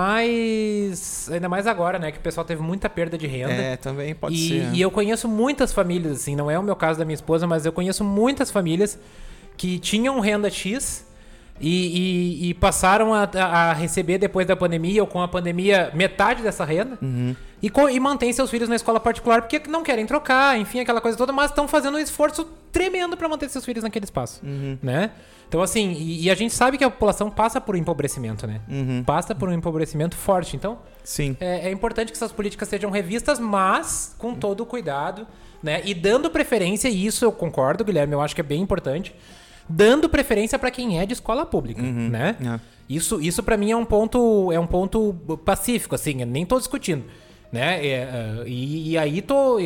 agora, né, que o pessoal teve muita perda de renda. Também pode ser. E eu conheço muitas famílias, assim, não é o meu caso da minha esposa, mas eu conheço muitas famílias que tinham renda X e passaram a receber depois da pandemia, ou com a pandemia, metade dessa renda, e mantém seus filhos na escola particular porque não querem trocar, enfim, aquela coisa toda, mas estão fazendo um esforço tremendo para manter seus filhos naquele espaço, né? Então, assim, e a gente sabe que a população passa por um empobrecimento, né? Passa por um empobrecimento forte. Então, sim. É importante que essas políticas sejam revistas, mas com todo o cuidado, né? E dando preferência, e isso eu concordo, Guilherme, eu acho que é bem importante, dando preferência para quem é de escola pública, né? Isso para mim é um ponto pacífico, assim, eu nem tô discutindo. Né? E aí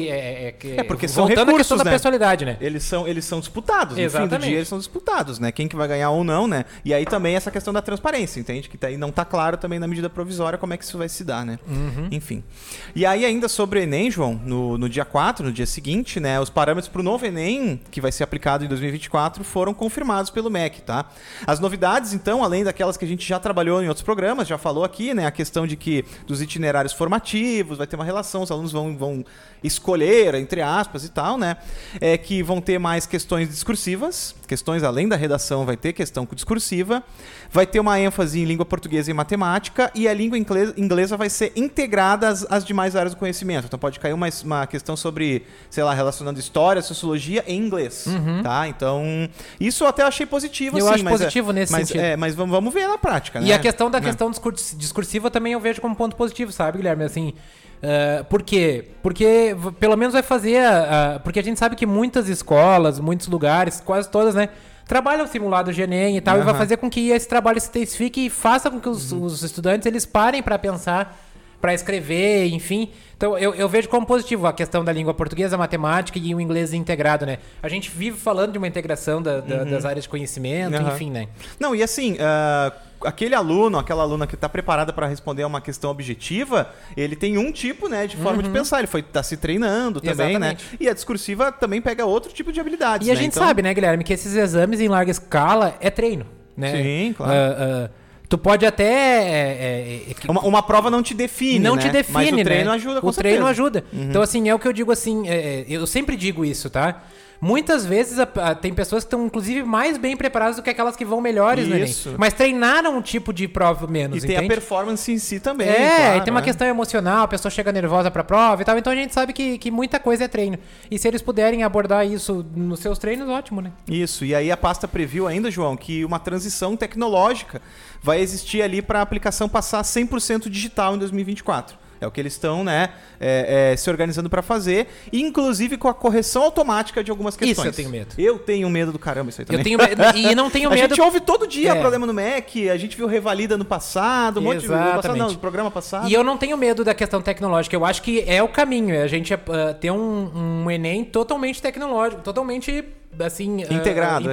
porque são recursos, à questão da personalidade, né? Eles são disputados. Exatamente. No fim do dia eles são disputados, né? Quem que vai ganhar ou não, né? E aí também essa questão da transparência, entende? Que aí não tá claro também na medida provisória como é que isso vai se dar, né? Enfim. E aí ainda sobre o Enem, João, no dia 4, no dia seguinte, né? Os parâmetros para o novo Enem, que vai ser aplicado em 2024, foram confirmados pelo MEC, tá? As novidades, então, além daquelas que a gente já trabalhou em outros programas, já falou aqui, né? A questão de que dos itinerários formativos, vai ter uma relação, os alunos vão escolher, entre aspas e tal, né? Que vão ter mais questões discursivas, questões além da redação, vai ter questão discursiva, vai ter uma ênfase em língua portuguesa e matemática, e a língua inglesa vai ser integrada às demais áreas do conhecimento. Então pode cair uma questão sobre, sei lá, relacionando história, sociologia em inglês, tá? Então, isso eu até achei positivo, eu acho positivo nesse sentido. Mas vamos ver na prática, né? E a questão da questão discursiva também eu vejo como ponto positivo, sabe, Guilherme? Assim, por quê? Porque pelo menos vai fazer... porque a gente sabe que muitas escolas, muitos lugares, quase todas, né, trabalham simulado de Enem e tal, e vai fazer com que esse trabalho se intensifique e faça com que os estudantes eles parem para pensar, para escrever, enfim. Então eu vejo como positivo a questão da língua portuguesa, matemática e o inglês integrado, né? A gente vive falando de uma integração das áreas de conhecimento, enfim, né? Não, e assim, aquela aluna que está preparada para responder a uma questão objetiva, ele tem um tipo, né, de forma de pensar. Ele tá se treinando também, né? E a discursiva também pega outro tipo de habilidades. E a gente sabe, né, Guilherme, que esses exames em larga escala é treino, né? Sim, claro. Tu pode até... Uma prova não te define, não né? te define, mas o treino né? ajuda, com o certeza. treino ajuda. Então, assim, é o que eu digo assim... eu sempre digo isso, tá? Muitas vezes tem pessoas que estão, inclusive, mais bem preparadas do que aquelas que vão melhores no Enem. Mas treinaram um tipo de prova menos, E tem entende? a performance em si também, claro, e tem uma questão emocional, a pessoa chega nervosa pra prova e tal. Então a gente sabe que muita coisa é treino. E se eles puderem abordar isso nos seus treinos, ótimo, né? Isso, e aí a pasta previu ainda, João, que uma transição tecnológica vai existir ali para a aplicação passar 100% digital em 2024. É o que eles estão, né, se organizando para fazer, inclusive com a correção automática de algumas questões. Isso eu tenho medo. Eu tenho medo do caramba isso aí também. Eu tenho medo, e não tenho medo... A gente ouve todo dia problema no MEC, a gente viu Revalida no passado, um monte de... No programa passado. E eu não tenho medo da questão tecnológica, eu acho que é o caminho, a gente ter um Enem totalmente tecnológico, totalmente, assim... Integrado.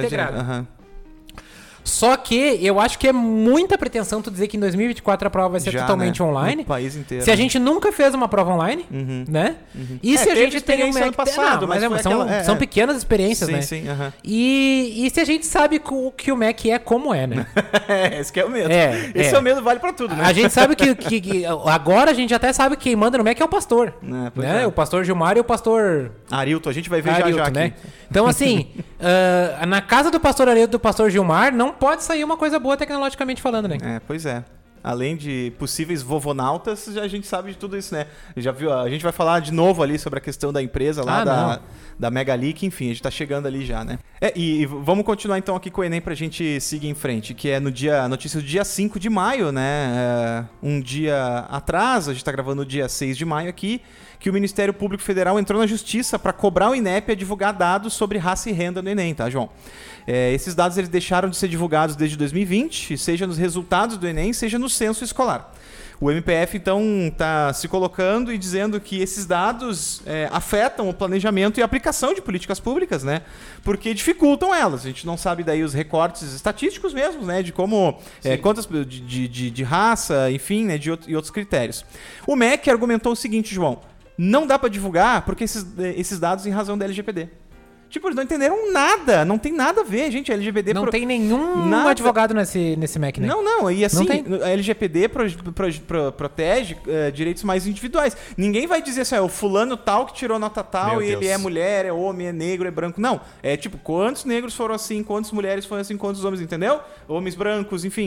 Só que eu acho que é muita pretensão tu dizer que em 2024 a prova vai ser totalmente online. No país inteiro. Se a gente nunca fez uma prova online, né? E se a gente tem um ano passado, são pequenas experiências, né? Sim. E se a gente sabe que o MEC é como é, né? Esse que é o medo. Esse é o medo, vale pra tudo, né? A gente sabe que agora a gente até sabe que quem manda no MEC é o pastor. Né? O pastor Gilmar e o pastor... Arilton, a gente vai ver já né? aqui. Então, assim, na casa do pastor Arilton e do pastor Gilmar, não pode sair uma coisa boa tecnologicamente falando, né? Pois é. Além de possíveis vovonautas, a gente sabe de tudo isso, né? Já viu? A gente vai falar de novo ali sobre a questão da empresa lá, da Megaleak, enfim, a gente tá chegando ali já, né? E vamos continuar então aqui com o Enem pra gente seguir em frente, que é a notícia do dia 5 de maio, né? Um dia atrás, a gente tá gravando no dia 6 de maio aqui, que o Ministério Público Federal entrou na Justiça para cobrar o INEP a divulgar dados sobre raça e renda no Enem, tá, João? Esses dados eles deixaram de ser divulgados desde 2020, seja nos resultados do Enem, seja no censo escolar. O MPF, então, está se colocando e dizendo que esses dados afetam o planejamento e a aplicação de políticas públicas, né? Porque dificultam elas. A gente não sabe daí os recortes estatísticos mesmo, né? De como, quantas de raça, enfim, né? E outros critérios. O MEC argumentou o seguinte, João, não dá para divulgar porque esses dados em razão da LGPD. Tipo, eles não entenderam nada, não tem nada a ver, gente, a LGPD... Não tem nenhum advogado nesse MEC, né? Não, e assim, a LGPD protege direitos mais individuais. Ninguém vai dizer assim, o fulano tal que tirou nota tal e ele é mulher, é homem, é negro, é branco. Não, é tipo, quantos negros foram assim, quantas mulheres foram assim, quantos homens, entendeu? Homens brancos, enfim.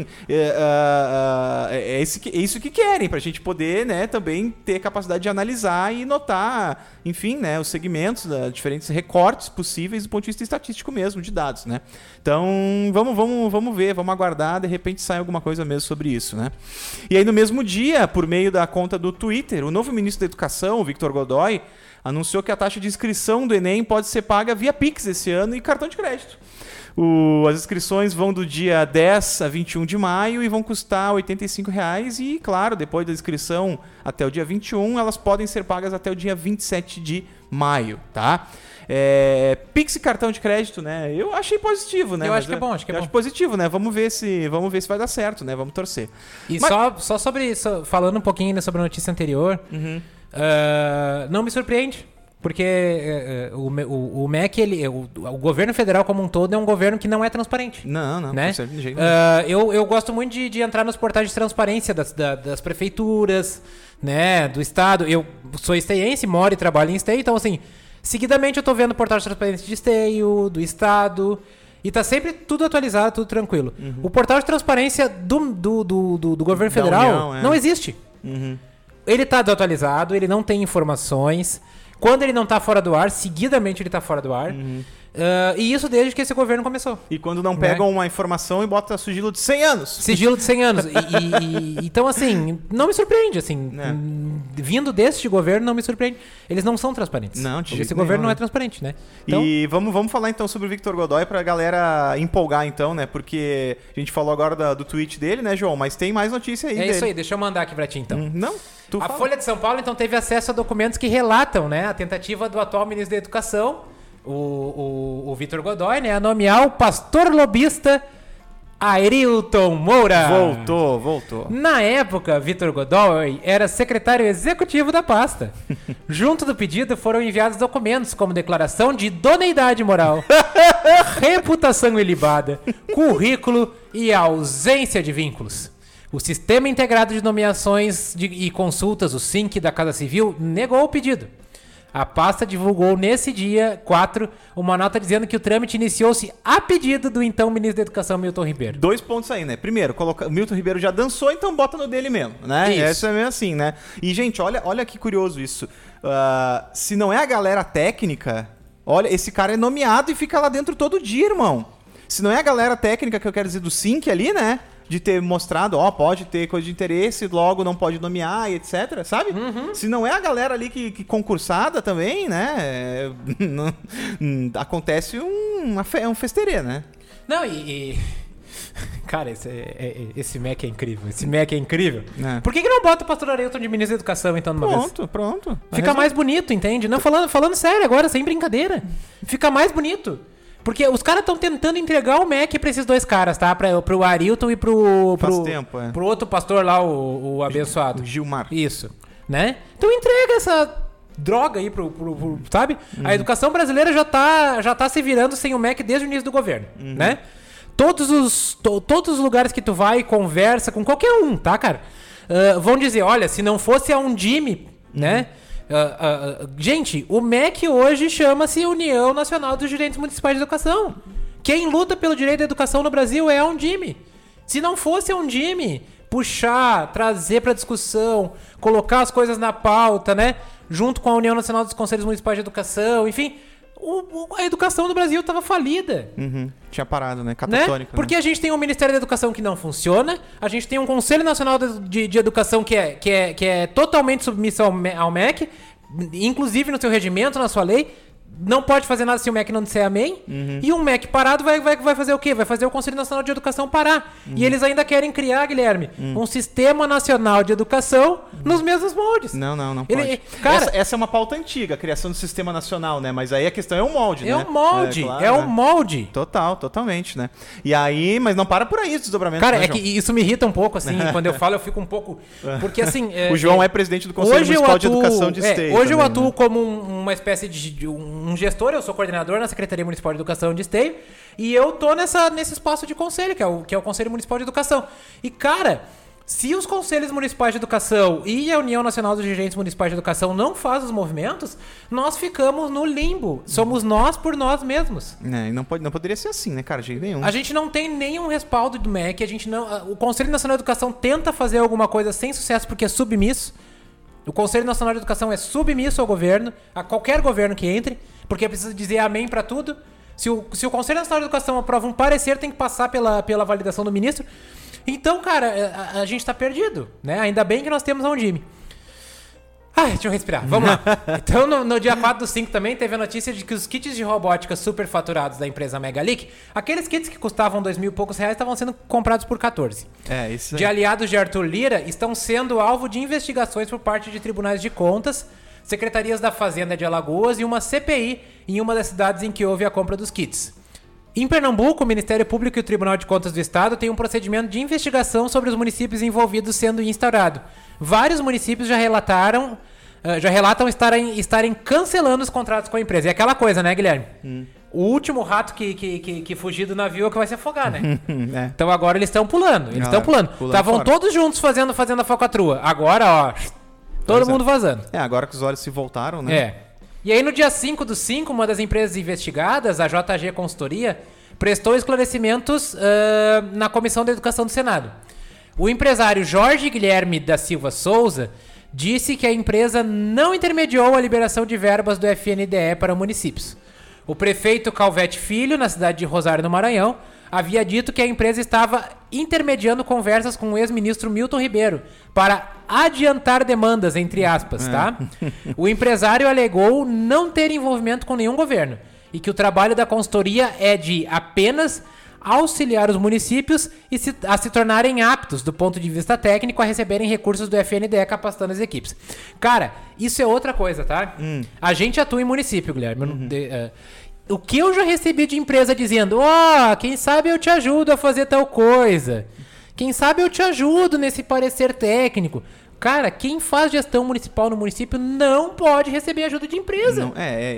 É isso que querem, pra gente poder, né, também ter capacidade de analisar e notar, enfim, né, os segmentos, diferentes recortes possíveis do ponto de vista estatístico mesmo, de dados, né? Então, vamos ver, vamos aguardar, de repente sai alguma coisa mesmo sobre isso, né? E aí, no mesmo dia, por meio da conta do Twitter, o novo ministro da Educação, o Victor Godoy, anunciou que a taxa de inscrição do Enem pode ser paga via Pix esse ano e cartão de crédito. As inscrições vão do dia 10 a 21 de maio e vão custar R$ 85,00 e, claro, depois da inscrição até o dia 21, elas podem ser pagas até o dia 27 de maio, tá? Pix e cartão de crédito, né? Eu achei positivo, né? Eu acho que é bom, acho positivo, né? Vamos ver se vai dar certo, né? Vamos torcer. E só sobre isso, falando um pouquinho ainda sobre a notícia anterior, não me surpreende. Porque o MEC, o governo federal como um todo é um governo que não é transparente. Não, né? De jeito eu gosto muito de entrar nos portais de transparência das prefeituras, né, do estado. Eu sou esteiense, moro e trabalho em Esteio, então assim, seguidamente eu tô vendo portal de transparência de Esteio, do estado, e tá sempre tudo atualizado, tudo tranquilo. O portal de transparência do governo federal não existe. Ele tá desatualizado, ele não tem informações. Quando ele não tá fora do ar, seguidamente ele tá fora do ar. E isso desde que esse governo começou. E quando não pegam uma informação e bota sigilo de 100 anos. Sigilo de 100 anos. Então, assim, não me surpreende. Assim, vindo deste governo, não me surpreende. Eles não são transparentes. Não, esse governo não é transparente, né? Então... E vamos falar então sobre o Victor Godoy pra galera empolgar então, né? Porque a gente falou agora do tweet dele, né, João? Mas tem mais notícia aí dele. Isso aí, deixa eu mandar aqui pra ti então. Não? A Folha de São Paulo, então, teve acesso a documentos que relatam, né, a tentativa do atual ministro da Educação, o Victor Godoy, né, a nomear o pastor lobista Arilton Moura. Voltou. Na época, Victor Godoy era secretário executivo da pasta. Junto do pedido foram enviados documentos como declaração de idoneidade moral, reputação ilibada, currículo e ausência de vínculos. O Sistema Integrado de Nomeações e Consultas, o SINC da Casa Civil, negou o pedido. A pasta divulgou nesse dia 4 uma nota dizendo que o trâmite iniciou-se a pedido do então ministro da Educação, Milton Ribeiro. 2 pontos aí, né? Primeiro, o Milton Ribeiro já dançou, então bota no dele mesmo, né? Isso é meio assim, né? E, gente, olha que curioso isso. Se não é a galera técnica, olha, esse cara é nomeado e fica lá dentro todo dia, irmão. Se não é a galera técnica que eu quero dizer do SINC ali, né? De ter mostrado, pode ter coisa de interesse, logo não pode nomear e etc, sabe? Se não é a galera ali que concursada também, né? Acontece um festerê, né? Não, cara, esse MEC é incrível. Esse MEC é incrível. Por que não bota o pastor Arilton de ministro da Educação, então, numa vez? Pronto. Fica mais bonito, entende? Não, falando sério agora, sem brincadeira. Fica mais bonito. Porque os caras estão tentando entregar o MEC pra esses dois caras, tá? Pro Arilton e pro outro pastor lá, o abençoado. O Gilmar. Isso. Né? Então entrega essa droga aí sabe? A educação brasileira já tá se virando sem o MEC desde o início do governo, né? Todos os lugares que tu vai e conversa com qualquer um, tá, cara? Vão dizer, olha, se não fosse a Undime, né? Gente, o MEC hoje chama-se União Nacional dos Direitos Municipais de Educação. Quem luta pelo direito à educação no Brasil é a Undime. Se não fosse a Undime puxar, trazer para discussão, colocar as coisas na pauta, né? Junto com a União Nacional dos Conselhos Municipais de Educação, enfim, a educação do Brasil estava falida. Tinha parado, né? Catatônico. Porque a gente tem um Ministério da Educação que não funciona, a gente tem um Conselho Nacional de Educação que é totalmente submisso ao MEC, inclusive no seu regimento, na sua lei. não pode fazer nada se o MEC não disser amém. E um MEC parado vai fazer o quê? Vai fazer o Conselho Nacional de Educação parar. E eles ainda querem criar, Guilherme, um Sistema Nacional de Educação nos mesmos moldes. Não pode. Cara, essa é uma pauta antiga, a criação do Sistema Nacional, né? Mas aí a questão é o molde, né? É o molde, claro, é o né? molde. Totalmente, né? E aí, mas não para por aí o desdobramento. Cara, né, é que isso me irrita um pouco, assim, quando eu falo eu fico um pouco... Porque, assim... o João é presidente do Conselho Municipal de Educação de Esteio. Hoje eu também, atuo né? como uma espécie de um gestor, eu sou coordenador na Secretaria Municipal de Educação de Esteio, e eu tô nesse espaço de conselho, que é o Conselho Municipal de Educação. E, cara, se os Conselhos Municipais de Educação e a União Nacional dos Dirigentes Municipais de Educação não fazem os movimentos, nós ficamos no limbo. Somos nós por nós mesmos. E não poderia ser assim, né, cara? De jeito nenhum. A gente não tem nenhum respaldo do MEC, o Conselho Nacional de Educação tenta fazer alguma coisa sem sucesso porque é submisso. O Conselho Nacional de Educação é submisso ao governo, a qualquer governo que entre, porque precisa dizer amém pra tudo. Se o Conselho Nacional de Educação aprova um parecer, tem que passar pela validação do ministro. Então, cara, a gente tá perdido, né? Ainda bem que nós temos a Undime. Ai, deixa eu respirar. Vamos lá. Então, no dia 4/5 também teve a notícia de que os kits de robótica superfaturados da empresa Megaleak, aqueles kits que custavam R$2.000 e poucos, estavam sendo comprados por 14. Isso aí. De aliados de Arthur Lira, estão sendo alvo de investigações por parte de tribunais de contas, secretarias da Fazenda de Alagoas e uma CPI em uma das cidades em que houve a compra dos kits. Em Pernambuco, o Ministério Público e o Tribunal de Contas do Estado têm um procedimento de investigação sobre os municípios envolvidos sendo instaurado. Vários municípios já relatam estarem cancelando os contratos com a empresa. E aquela coisa, né, Guilherme? O último rato que fugir do navio é o que vai se afogar, né? Então agora eles estão pulando. Estavam todos juntos fazendo a falcatrua. Agora, ó, todo mundo vazando. Agora que os olhos se voltaram, né? E aí no dia 5/5, uma das empresas investigadas, a JG Consultoria, prestou esclarecimentos na Comissão da Educação do Senado. O empresário Jorge Guilherme da Silva Souza disse que a empresa não intermediou a liberação de verbas do FNDE para municípios. O prefeito Calvete Filho, na cidade de Rosário do Maranhão, havia dito que a empresa estava intermediando conversas com o ex-ministro Milton Ribeiro para adiantar demandas, entre aspas, tá? O empresário alegou não ter envolvimento com nenhum governo e que o trabalho da consultoria é de apenas auxiliar os municípios a se tornarem aptos, do ponto de vista técnico, a receberem recursos do FNDE, capacitando as equipes. Cara, isso é outra coisa, tá? A gente atua em município, Guilherme. O que eu já recebi de empresa dizendo, quem sabe eu te ajudo a fazer tal coisa. Quem sabe eu te ajudo nesse parecer técnico. Cara, quem faz gestão municipal no município não pode receber ajuda de empresa. Não,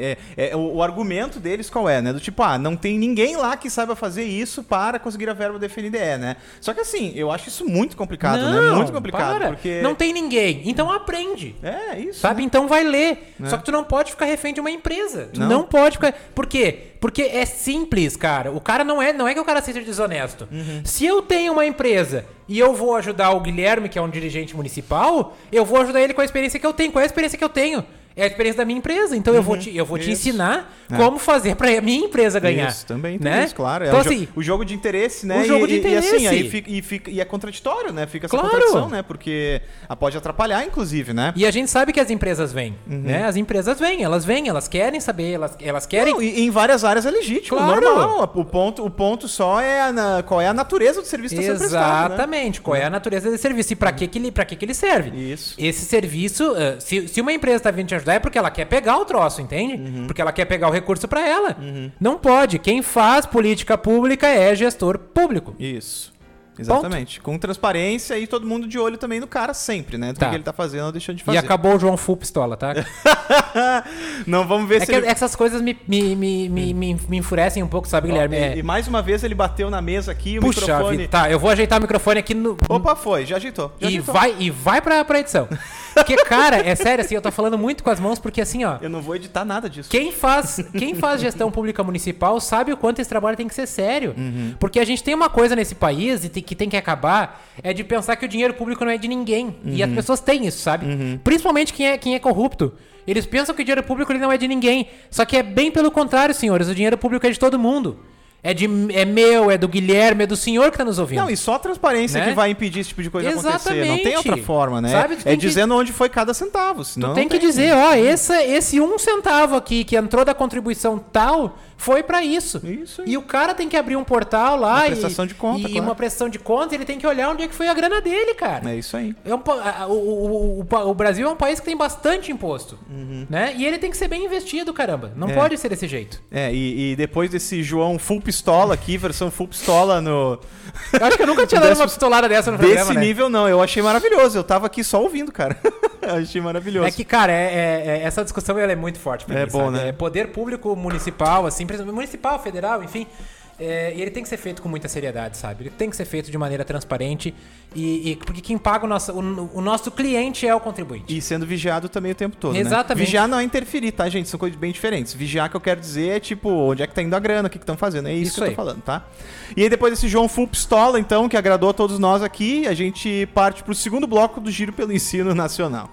o argumento deles qual é, né? Do tipo, não tem ninguém lá que saiba fazer isso para conseguir a verba do FNDE, né? Só que assim, eu acho isso muito complicado, né? Muito complicado. Porque não tem ninguém. Então aprende. Isso. Sabe? Né? Então vai ler. Só que tu não pode ficar refém de uma empresa. Tu não pode ficar... Por quê? Porque é simples, cara. O cara não é que o cara seja desonesto. Se eu tenho uma empresa e eu vou ajudar o Guilherme, que é um dirigente municipal, eu vou ajudar ele com a experiência que eu tenho. Qual é a experiência que eu tenho? É a experiência da minha empresa. Então eu vou te ensinar como fazer pra minha empresa ganhar. Isso, também tem né? isso, claro. Então, assim, o jogo de interesse, né? O jogo de interesse. E assim, aí é contraditório, né? Fica essa contradição, né? Porque pode atrapalhar, inclusive, né? E a gente sabe que as empresas vêm, né? As empresas vêm, elas querem saber, elas querem... Não, e em várias áreas é legítimo, normal. O ponto só é qual é a natureza do serviço que está sendo prestado, Exatamente, qual é a natureza desse serviço e pra que ele serve. Isso. Esse serviço, se uma empresa tá vindo te ajudar é porque ela quer pegar o troço, entende? Porque ela quer pegar o recurso pra ela. Não pode. Quem faz política pública é gestor público. Isso. Exatamente. Com transparência e todo mundo de olho também no cara sempre, né? Do que ele tá fazendo ou deixando de fazer. E acabou o João Full pistola, tá? Não, vamos ver se essas coisas me enfurecem um pouco, sabe, Guilherme? E mais uma vez ele bateu na mesa aqui, o Puxa microfone... Vida. Tá, eu vou ajeitar o microfone aqui no... Opa, foi. Já ajeitou. Vai pra edição. Porque, cara, é sério, assim, eu tô falando muito com as mãos, porque assim, ó... Eu não vou editar nada disso. Quem faz gestão pública municipal sabe o quanto esse trabalho tem que ser sério. Porque a gente tem uma coisa nesse país que tem que acabar, é de pensar que o dinheiro público não é de ninguém. E as pessoas têm isso, sabe? Principalmente quem é corrupto. Eles pensam que o dinheiro público ele não é de ninguém. Só que é bem pelo contrário, senhores. O dinheiro público é de todo mundo. É meu, é do Guilherme, é do senhor que tá nos ouvindo. Não, e só a transparência, né, que vai impedir esse tipo de coisa acontecer. Não tem outra forma, né? Sabe, dizendo onde foi cada centavo. Senão tu tem que dizer, ó, esse 1 centavo aqui que entrou da contribuição tal foi pra isso. Isso aí. E o cara tem que abrir um portal lá uma prestação de conta, claro. Uma prestação de conta, ele tem que olhar onde é que foi a grana dele, cara. É isso aí. O Brasil é um país que tem bastante imposto, né? E ele tem que ser bem investido, caramba. Não pode ser desse jeito. E depois desse João full pistola aqui, versão full pistola no... Eu acho que eu nunca tinha dado uma pistolada dessa no programa, Desse nível, não. Eu achei maravilhoso. Eu tava aqui só ouvindo, cara. Eu achei maravilhoso. É que, cara, essa discussão ela é muito forte pra mim, bom, sabe? né? Poder público municipal, assim, municipal, federal, enfim... e ele tem que ser feito com muita seriedade, sabe? Ele tem que ser feito de maneira transparente porque quem paga o nosso cliente é o contribuinte. E sendo vigiado também o tempo todo, Exatamente. Né? Vigiar não é interferir, tá, gente? São coisas bem diferentes. Vigiar, que eu quero dizer, é tipo, onde é que tá indo a grana, o que estão fazendo. É isso que eu tô falando, tá? E aí depois desse João Full Pistola, então, que agradou a todos nós aqui, a gente parte pro segundo bloco do Giro pelo Ensino Nacional.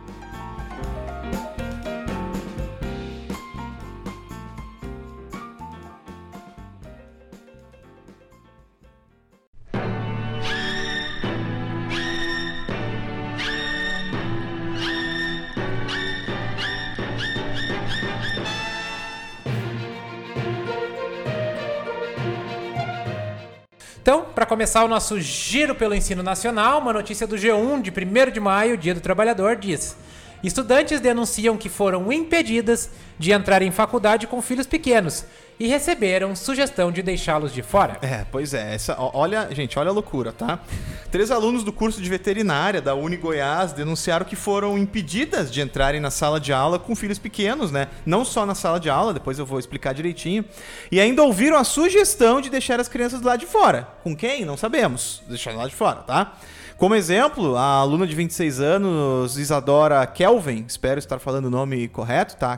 Então, para começar o nosso giro pelo ensino nacional, uma notícia do G1 de 1º de maio, Dia do Trabalhador, diz: estudantes denunciam que foram impedidas de entrar em faculdade com filhos pequenos e receberam sugestão de deixá-los de fora. Pois é. Olha a loucura, tá? 3 alunos do curso de veterinária da Uni Goiás denunciaram que foram impedidas de entrarem na sala de aula com filhos pequenos, né? Não só na sala de aula, depois eu vou explicar direitinho. E ainda ouviram a sugestão de deixar as crianças lá de fora. Com quem? Não sabemos. Deixar lá de fora, tá? Como exemplo, a aluna de 26 anos, Isadora Kelvin, espero estar falando o nome correto, tá?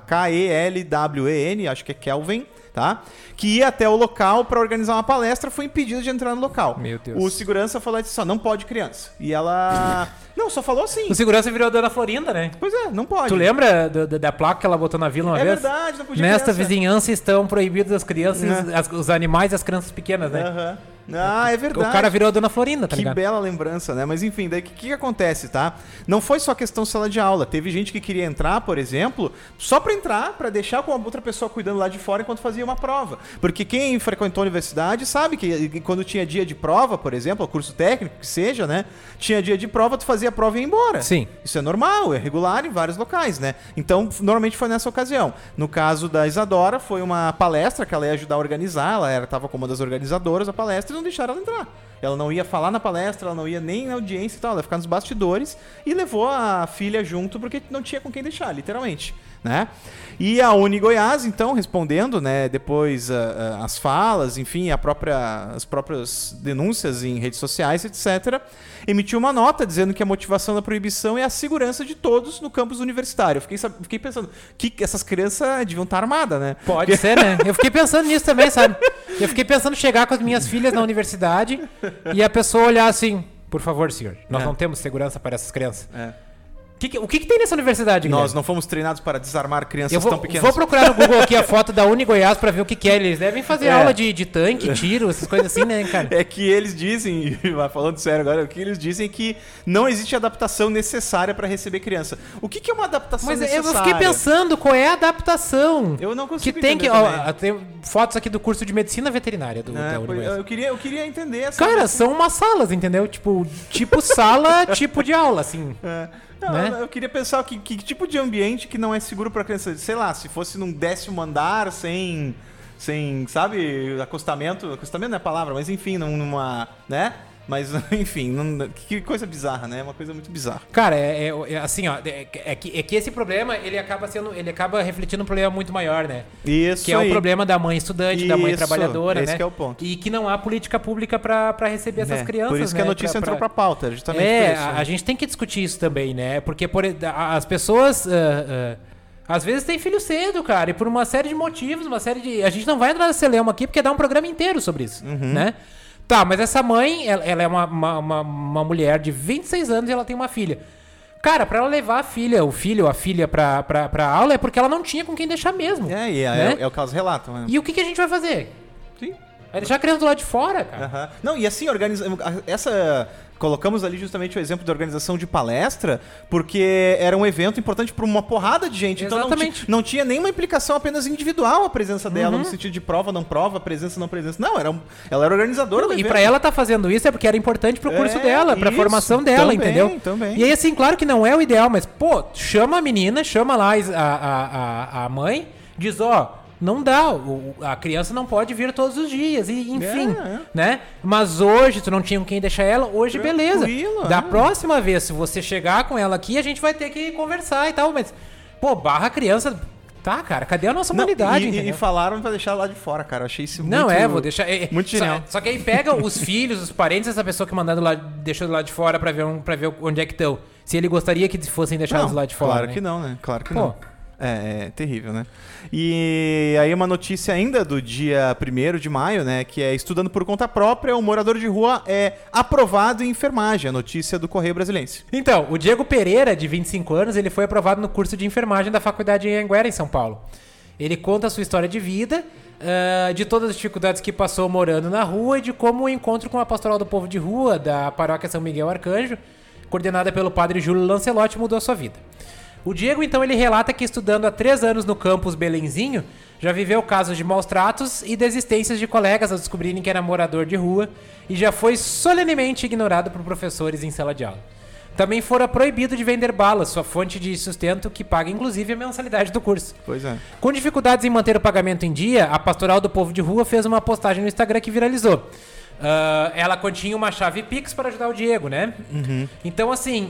Kelwen, acho que é Kelvin, tá? Que ia até o local para organizar uma palestra, foi impedida de entrar no local. Meu Deus. O segurança falou assim, não pode criança. E ela... Não, só falou assim. O segurança virou a Dona Florinda, né? Pois é, não pode. Tu lembra da placa que ela botou na vila uma vez? É verdade, não podia Nesta criança. Vizinhança estão proibidas as crianças, os animais e as crianças pequenas, né? Aham. Ah, é verdade. O cara virou a Dona Florinda, tá ligado? Que bela lembrança, né? Mas enfim, daí o que acontece, tá? Não foi só questão sala de aula. Teve gente que queria entrar, por exemplo, só pra entrar, pra deixar com a outra pessoa cuidando lá de fora enquanto fazia uma prova. Porque quem frequentou a universidade sabe que quando tinha dia de prova, por exemplo, o curso técnico, que seja, né? Tinha dia de prova, tu fazia a prova e ia embora. Sim. Isso é normal, é regular em vários locais, né? Então, normalmente foi nessa ocasião. No caso da Isadora, foi uma palestra que ela ia ajudar a organizar, ela estava como uma das organizadoras da palestra e não deixaram ela entrar. Ela não ia falar na palestra, ela não ia nem na audiência e tal, ela ia ficar nos bastidores e levou a filha junto porque não tinha com quem deixar, literalmente, né? E a Uni Goiás, então, respondendo, né, depois as falas, enfim, as próprias denúncias em redes sociais, etc., emitiu uma nota dizendo que a motivação da proibição é a segurança de todos no campus universitário. Eu fiquei pensando que essas crianças deviam estar armadas, né? Pode ser, né? Eu fiquei pensando nisso também, sabe? Eu fiquei pensando em chegar com as minhas filhas na universidade e a pessoa olhar assim, por favor, senhor, nós não temos segurança para essas crianças. O que tem nessa universidade, Guilherme? Nós não fomos treinados para desarmar crianças tão pequenas. Vou procurar no Google aqui a foto da Uni Goiás para ver o que é. Eles devem fazer aula de tanque, tiro, essas coisas assim, né, cara? É que eles dizem, falando sério agora, o que eles dizem é que não existe adaptação necessária para receber criança. O que é uma adaptação necessária? Mas eu fiquei pensando, qual é a adaptação? Eu não consigo entender. Tem fotos aqui do curso de medicina veterinária da Uni Goiás. Eu queria entender essa... Cara, são umas salas, entendeu? Tipo sala, tipo de aula, assim. Não, né? Eu queria pensar que tipo de ambiente que não é seguro para criança, sei lá, se fosse num 10º andar sem, sabe, acostamento não é a palavra, mas enfim, numa, né? Mas, enfim, que coisa bizarra, né? Uma coisa muito bizarra. Cara, assim, ó, é que esse problema, ele acaba refletindo um problema muito maior, né? Isso que é aí. o problema da mãe estudante, da mãe trabalhadora, esse né? que é o ponto. E que não há política pública pra receber essas crianças, por isso que né? a notícia entrou pra pauta, justamente por isso. A gente tem que discutir isso também, né? Porque as pessoas... às vezes tem filho cedo, cara, e por uma série de motivos, a gente não vai entrar nesse celeuma aqui porque dá um programa inteiro sobre isso, né? Tá, mas essa mãe, ela é uma mulher de 26 anos e ela tem uma filha. Cara, pra ela levar o filho ou a filha pra aula é porque ela não tinha com quem deixar mesmo. É o que elas relatam. Né? E o que a gente vai fazer? Sim. Vai deixar a criança do lado de fora, cara. Não, e assim, colocamos ali justamente o exemplo da organização de palestra, porque era um evento importante para uma porrada de gente. Exatamente. Então não tinha nenhuma implicação apenas individual a presença dela, no sentido de prova, não prova, presença, não presença. Não, ela era organizadora do evento. E para ela tá fazendo isso é porque era importante pro curso dela, pra formação dela, também, entendeu? Também. E aí, assim, claro que não é o ideal, mas, pô, chama a menina, chama lá a mãe, diz, não dá, a criança não pode vir todos os dias, e enfim, né? Mas hoje tu não tinha com quem deixar ela, hoje beleza. Da próxima vez, se você chegar com ela aqui, a gente vai ter que conversar e tal, mas, pô, barra a criança... Tá, cara, cadê a nossa humanidade, e falaram pra deixar lá de fora, cara, eu achei isso muito... Não, vou deixar... muito genial. Só que aí pega os filhos, os parentes dessa pessoa que mandando lá, deixou do lado de fora pra ver onde é que estão. Se ele gostaria que fossem deixados lá de fora, claro, né? Que não, né? Claro que não. É terrível, né? E aí uma notícia ainda do dia 1º de maio, né? Que é estudando por conta própria, o morador de rua é aprovado em enfermagem. A notícia do Correio Brasiliense. Então, o Diego Pereira, de 25 anos, ele foi aprovado no curso de enfermagem da faculdade em Anhanguera, em São Paulo. Ele conta a sua história de vida, de todas as dificuldades que passou morando na rua e de como o encontro com a Pastoral do Povo de Rua, da paróquia São Miguel Arcanjo, coordenada pelo padre Júlio Lancelotti, mudou a sua vida. O Diego, então, ele relata que estudando há 3 anos no campus Belenzinho, já viveu casos de maus tratos e desistências de colegas ao descobrirem que era morador de rua e já foi solenemente ignorado por professores em sala de aula. Também fora proibido de vender balas, sua fonte de sustento que paga inclusive a mensalidade do curso. Pois é. Com dificuldades em manter o pagamento em dia, a Pastoral do Povo de Rua fez uma postagem no Instagram que viralizou. Ela continha uma chave Pix para ajudar o Diego, né? Então, assim...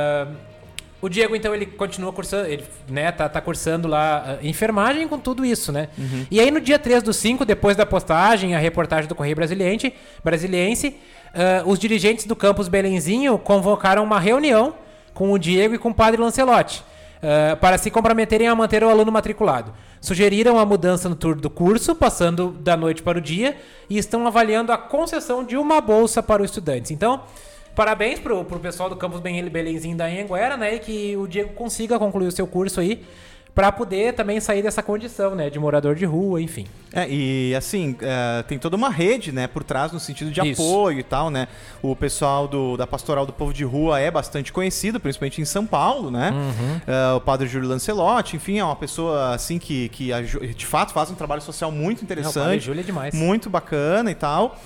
O Diego, então, ele continua cursando, ele, né, tá cursando lá enfermagem com tudo isso, né? E aí, no dia 3/5, depois da postagem, a reportagem do Correio Brasiliense, os dirigentes do campus Belenzinho convocaram uma reunião com o Diego e com o padre Lancelotti para se comprometerem a manter o aluno matriculado. Sugeriram a mudança no turno do curso, passando da noite para o dia, e estão avaliando a concessão de uma bolsa para os estudantes. Então... Parabéns pro pessoal do campus Belenzinho da Anhanguera, né? E que o Diego consiga concluir o seu curso aí para poder também sair dessa condição, né? De morador de rua, enfim. E assim, tem toda uma rede, né? Por trás no sentido de apoio e tal, né? O pessoal da Pastoral do Povo de Rua é bastante conhecido, principalmente em São Paulo, né? O padre Júlio Lancelotti, enfim, é uma pessoa assim que de fato faz um trabalho social muito interessante. O padre Júlio é demais. Muito bacana e tal.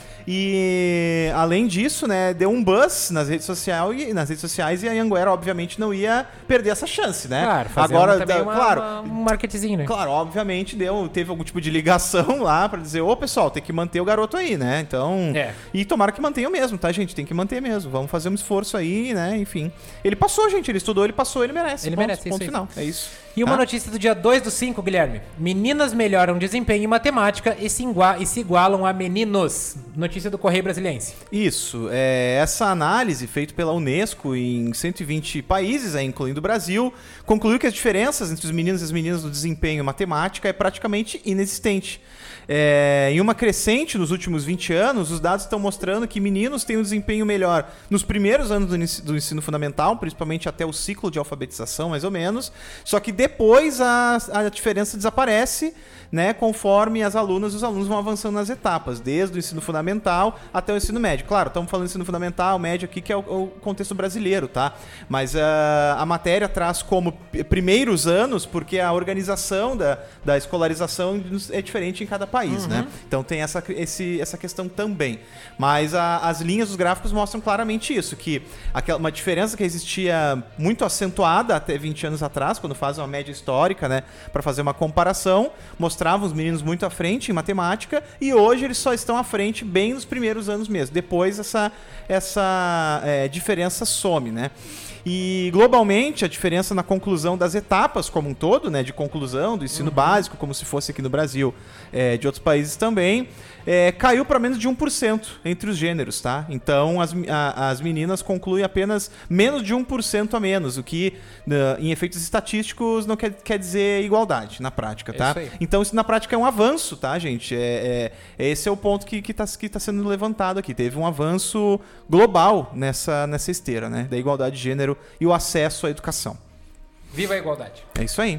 E além disso, né, deu um buzz nas redes sociais e a Anhanguera obviamente não ia perder essa chance, né? Claro, agora um marketingzinho, né? Claro, obviamente teve algum tipo de ligação lá pra dizer, pessoal, tem que manter o garoto aí, né? Então, e tomara que mantenham mesmo, tá, gente? Tem que manter mesmo. Vamos fazer um esforço aí, né? Enfim. Ele passou, gente, ele estudou, ele passou, ele merece. Ele merece, ponto final. É isso. E uma notícia do dia 2/5, Guilherme. Meninas melhoram desempenho em matemática e se igualam a meninos. Notícia do Correio Brasiliense. Isso. Essa análise feita pela Unesco em 120 países, incluindo o Brasil, concluiu que as diferenças entre os meninos e as meninas no desempenho em matemática é praticamente inexistente. Em uma crescente nos últimos 20 anos, os dados estão mostrando que meninos têm um desempenho melhor nos primeiros anos do ensino fundamental, principalmente até o ciclo de alfabetização, mais ou menos. Só que depois a diferença desaparece, né, conforme os alunos vão avançando nas etapas, desde o ensino fundamental até o ensino médio. Claro, estamos falando de ensino fundamental, médio aqui, que é o contexto brasileiro, tá? Mas a matéria traz como primeiros anos, porque a organização da escolarização é diferente em cada país, né? Então tem essa questão também. Mas as linhas dos gráficos mostram claramente isso, que uma diferença que existia muito acentuada até 20 anos atrás, quando fazem uma média histórica, né, para fazer uma comparação, mostravam os meninos muito à frente em matemática e hoje eles só estão à frente bem nos primeiros anos mesmo. Depois essa diferença some, né? E globalmente a diferença na conclusão das etapas como um todo, né, de conclusão do ensino básico, como se fosse aqui no Brasil, de outros países também, caiu para menos de 1% entre os gêneros, tá? Então as meninas concluem apenas menos de 1% a menos, o que em efeitos estatísticos não quer dizer igualdade na prática, tá? Então isso na prática é um avanço, tá, gente? Esse é o ponto que tá sendo levantado aqui. Teve um avanço global nessa esteira, né, da igualdade de gênero e o acesso à educação. Viva a igualdade. É isso aí.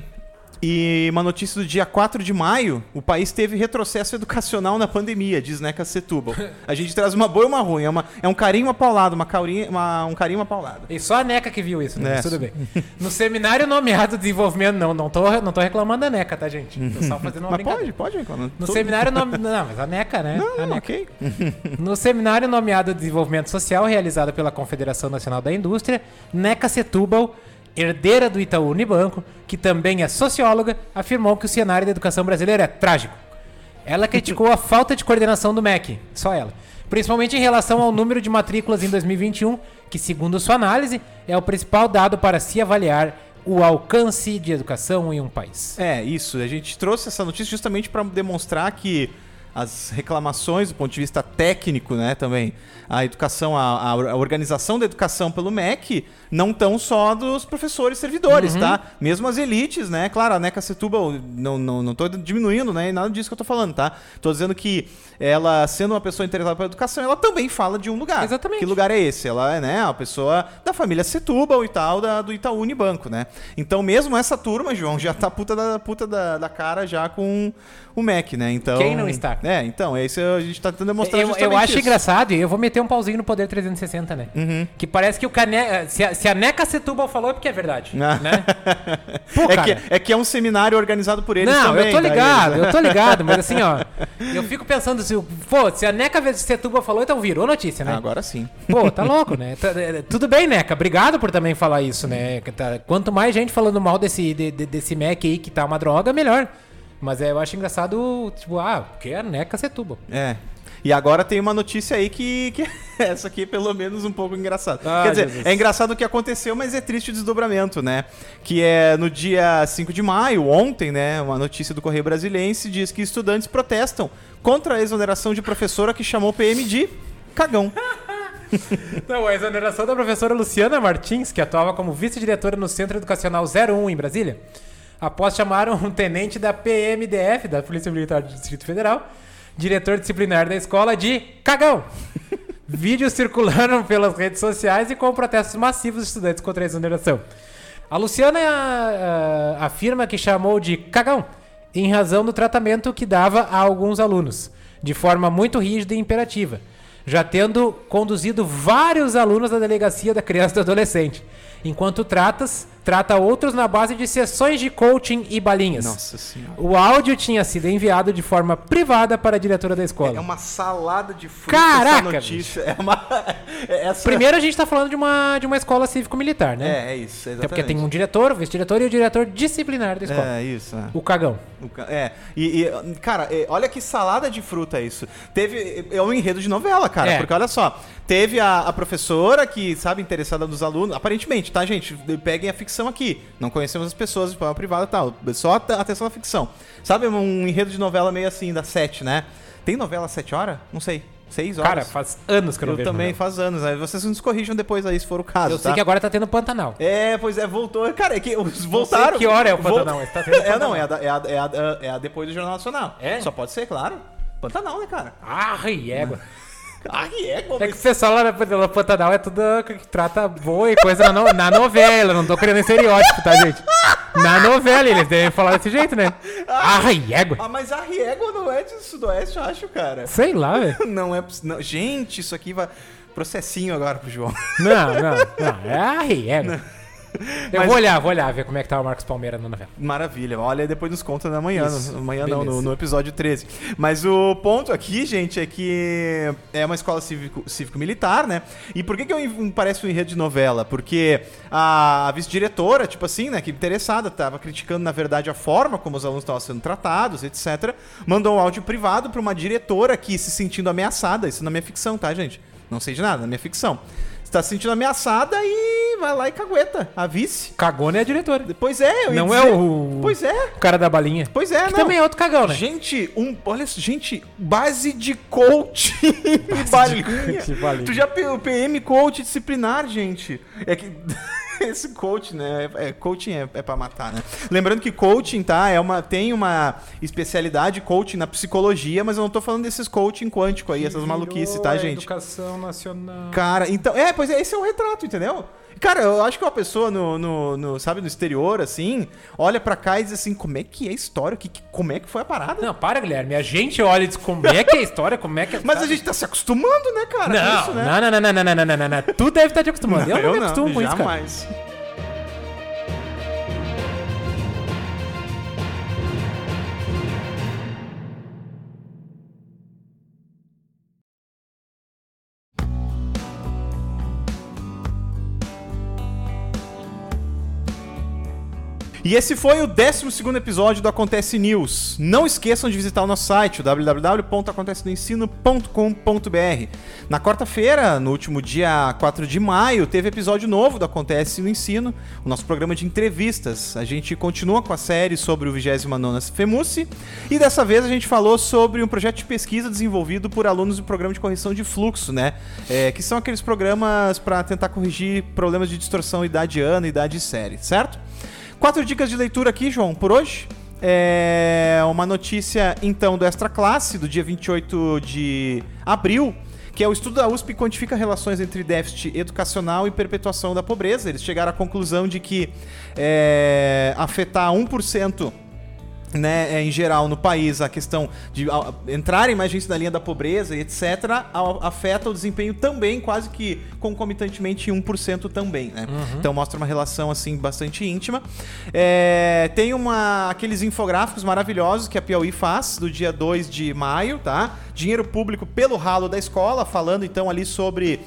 E uma notícia do dia 4 de maio, o país teve retrocesso educacional na pandemia, diz Neca Setúbal. A gente traz uma boa e uma ruim, é um carinho, uma paulada, um carinho, uma paulada. E só a Neca que viu isso, né? Mas tudo bem. No seminário nomeado Desenvolvimento, não tô reclamando da Neca, tá, gente? Tô só fazendo uma brincadeira. Pode reclamar. No seminário Não, mas a Neca, né? Não, a Neca. ok. No seminário nomeado Desenvolvimento Social, realizado pela Confederação Nacional da Indústria, Neca Setúbal, herdeira do Itaú Unibanco, que também é socióloga, afirmou que o cenário da educação brasileira é trágico. Ela criticou a falta de coordenação do MEC, só ela, principalmente em relação ao número de matrículas em 2021, que, segundo sua análise, é o principal dado para se avaliar o alcance de educação em um país. É, isso. A gente trouxe essa notícia justamente para demonstrar que as reclamações do ponto de vista técnico, né, também, a educação, a organização da educação pelo MEC não estão só dos professores servidores, tá? Mesmo as elites, né? Claro, a Neca Setúbal, não tô diminuindo, né? Nada disso que eu tô falando, tá? Tô dizendo que ela, sendo uma pessoa interessada pela educação, ela também fala de um lugar. Exatamente. Que lugar é esse? Ela é, né, a pessoa da família Setúbal e tal, do Itaú Unibanco, né? Então, mesmo essa turma, João, já tá puta da cara já com o MEC, né? Então, quem não está? É, então, é isso a gente tá tentando demonstrar justamente eu acho isso. engraçado, e eu vou meter um pauzinho no Poder 360, né? Que parece que o se a Neca Setúbal falou é porque é verdade, né? Pô, é que é um seminário organizado por eles não, também. Eu tô ligado, mas assim, ó, eu fico pensando se a Neca Setúbal falou, então virou notícia, né? Agora sim. Pô, tá louco, né? Tudo bem, Neca, obrigado por também falar isso, né? Quanto mais gente falando mal desse MEC aí que tá uma droga, melhor. Mas eu acho engraçado, tipo, porque é a Neca Setúbal. É. E agora tem uma notícia aí que essa aqui é pelo menos um pouco engraçada. Quer dizer, Jesus. É engraçado o que aconteceu, mas é triste o desdobramento, né? Que é no dia 5 de maio, ontem, né? Uma notícia do Correio Brasiliense diz que estudantes protestam contra a exoneração de professora que chamou o PM de cagão. Não, a exoneração da professora Luciana Martins, que atuava como vice-diretora no Centro Educacional 01 em Brasília, após chamar um tenente da PMDF, da Polícia Militar do Distrito Federal, diretor disciplinar da escola, de cagão. Vídeos circularam pelas redes sociais e com protestos massivos de estudantes contra a exoneração. A Luciana afirma que chamou de cagão em razão do tratamento que dava a alguns alunos, de forma muito rígida e imperativa, já tendo conduzido vários alunos da delegacia da criança e do adolescente, enquanto trata outros na base de sessões de coaching e balinhas. Nossa Senhora. O áudio tinha sido enviado de forma privada para a diretora da escola. É uma salada de frutas. Caraca, essa notícia. Primeiro a gente está falando de uma escola cívico-militar, né? É isso, exatamente. Até porque tem um diretor, o vice-diretor e o diretor disciplinar da escola. É isso. O cagão. Cara, olha que salada de fruta isso. É um enredo de novela, cara. Porque olha só, teve a professora que, sabe, interessada nos alunos. Aparentemente, tá, gente? Peguem a ficção aqui. Não conhecemos as pessoas de forma privada e tal. Só atenção à ficção. Sabe um enredo de novela meio assim, das 7, né? Tem novela às 7 horas? Não sei. 6 horas. Cara, faz anos que eu não vejo. Eu também, faz anos. Aí vocês nos corrijam depois aí, se for o caso. Eu sei que agora tá tendo Pantanal. Pois é, voltou. Cara, é que voltaram. Não sei que hora é o Pantanal, mas tá tendo Pantanal. É a depois do Jornal Nacional. É? Só pode ser, claro. Pantanal, né, cara? Égua. Égua. É que o pessoal lá no Pantanal é tudo que trata boa e coisa na novela. Não tô criando estereótipo, tá, gente? Na novela eles devem falar desse jeito, né? Égua. Mas a égua não é de sudoeste, eu acho, cara. Sei lá, velho. Não é... Não. Gente, isso aqui vai... Processinho agora pro João. Não. É a égua. Eu vou olhar, ver como é que tá o Marcos Palmeira na novela. Maravilha. Olha, depois nos conta amanhã. Amanhã não, no episódio 13. Mas o ponto aqui, gente, é que é uma escola cívico-militar, né? E por que parece um enredo de novela? Porque a vice-diretora, tipo assim, né, que interessada, tava criticando, na verdade, a forma como os alunos estavam sendo tratados, etc. Mandou um áudio privado pra uma diretora aqui se sentindo ameaçada. Isso na minha ficção, tá, gente? Não sei de nada, na minha ficção. Está se sentindo ameaçada e vai lá e cagueta. A vice. Cagona é a diretora. Pois é, eu ia não dizer. É o... Pois é. O cara da balinha. Pois é, que não. também é outro cagão, né? Gente, base de coach e balinha. Tu já o PM coach disciplinar, gente. É que... Esse coach, né? Coaching é pra matar, né? Lembrando que coaching, tá? Tem uma especialidade coaching na psicologia, mas eu não tô falando desses coaching quântico aí, essas maluquices, tá, gente? Educação nacional. Cara, então... pois é, esse é o retrato, entendeu? Cara, eu acho que uma pessoa sabe, no exterior, assim, olha pra cá e diz assim, como é que é a história? Como é que foi a parada? Não, para, Guilherme. A gente olha e diz como é que é a história, como é que é... Mas a gente tá se acostumando, né, cara? Não, com isso, né? não. Tu deve estar te acostumando. Eu não me acostumo com isso, cara. Jamais. E esse foi o 12º episódio do Acontece News. Não esqueçam de visitar o nosso site, www.acontecedoensino.com.br. Na quarta-feira, no último dia 4 de maio, teve episódio novo do Acontece no Ensino, o nosso programa de entrevistas. A gente continua com a série sobre o 29º FEMUSE e dessa vez a gente falou sobre um projeto de pesquisa desenvolvido por alunos do programa de correção de fluxo, né? Que são aqueles programas para tentar corrigir problemas de distorção idade-ano e idade-série, certo? 4 dicas de leitura aqui, João, por hoje. Uma notícia, então, do Extra Classe, do dia 28 de abril, que é o estudo da USP quantifica relações entre déficit educacional e perpetuação da pobreza. Eles chegaram à conclusão de que afetar 1%, né, em geral no país, a questão de entrarem mais gente na linha da pobreza e etc, afeta o desempenho também, quase que concomitantemente 1% também, né? Então mostra uma relação assim bastante íntima. Tem aqueles infográficos maravilhosos que a Piauí faz do dia 2 de maio, tá? Dinheiro público pelo ralo da escola, falando então ali sobre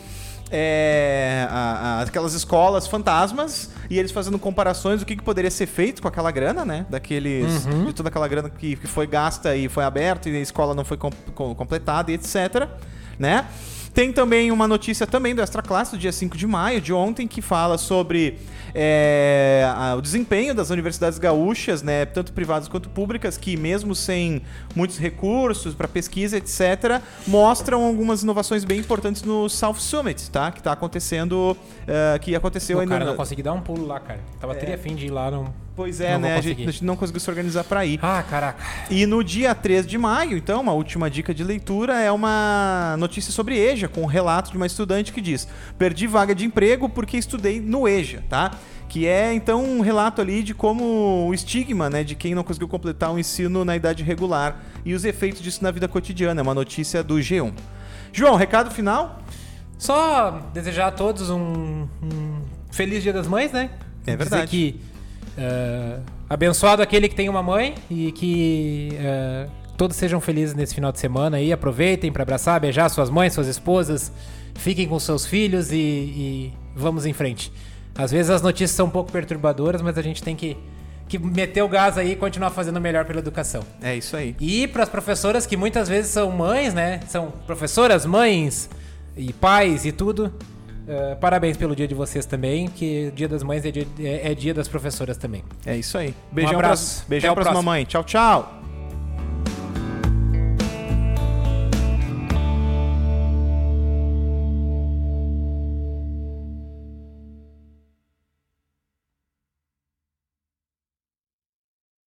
aquelas escolas fantasmas e eles fazendo comparações do que poderia ser feito com aquela grana, né? De toda aquela grana que foi gasta e foi aberta e a escola não foi completada e etc, né? Tem também uma notícia também do Extra Classe, do dia 5 de maio, de ontem, que fala sobre o desempenho das universidades gaúchas, né, tanto privadas quanto públicas, que mesmo sem muitos recursos para pesquisa, etc., mostram algumas inovações bem importantes no South Summit, tá? Que tá acontecendo, que aconteceu ainda... Cara, não consegui dar um pulo lá, cara. Tava tri afim de ir lá, não... Pois é, né? A gente não conseguiu se organizar para ir. Ah, caraca. E no dia 3 de maio, então, uma última dica de leitura é uma notícia sobre EJA, com um relato de uma estudante que diz: perdi vaga de emprego porque estudei no EJA, tá? Que é, então, um relato ali de como o estigma, né, de quem não conseguiu completar o ensino na idade regular e os efeitos disso na vida cotidiana. É uma notícia do G1. João, recado final? Só desejar a todos um feliz Dia das Mães, né? É verdade. Dizer que abençoado aquele que tem uma mãe e que todos sejam felizes nesse final de semana aí, aproveitem para abraçar, beijar suas mães, suas esposas, fiquem com seus filhos e vamos em frente. Às vezes as notícias são um pouco perturbadoras, mas a gente tem que meter o gás aí e continuar fazendo o melhor pela educação. É isso aí. E para as professoras que muitas vezes são mães, né? São professoras, mães e pais e tudo. Parabéns pelo dia de vocês também, que o Dia das Mães é dia das professoras também. É isso aí. Beijão abraço. Beijão pras mamães. Tchau, tchau.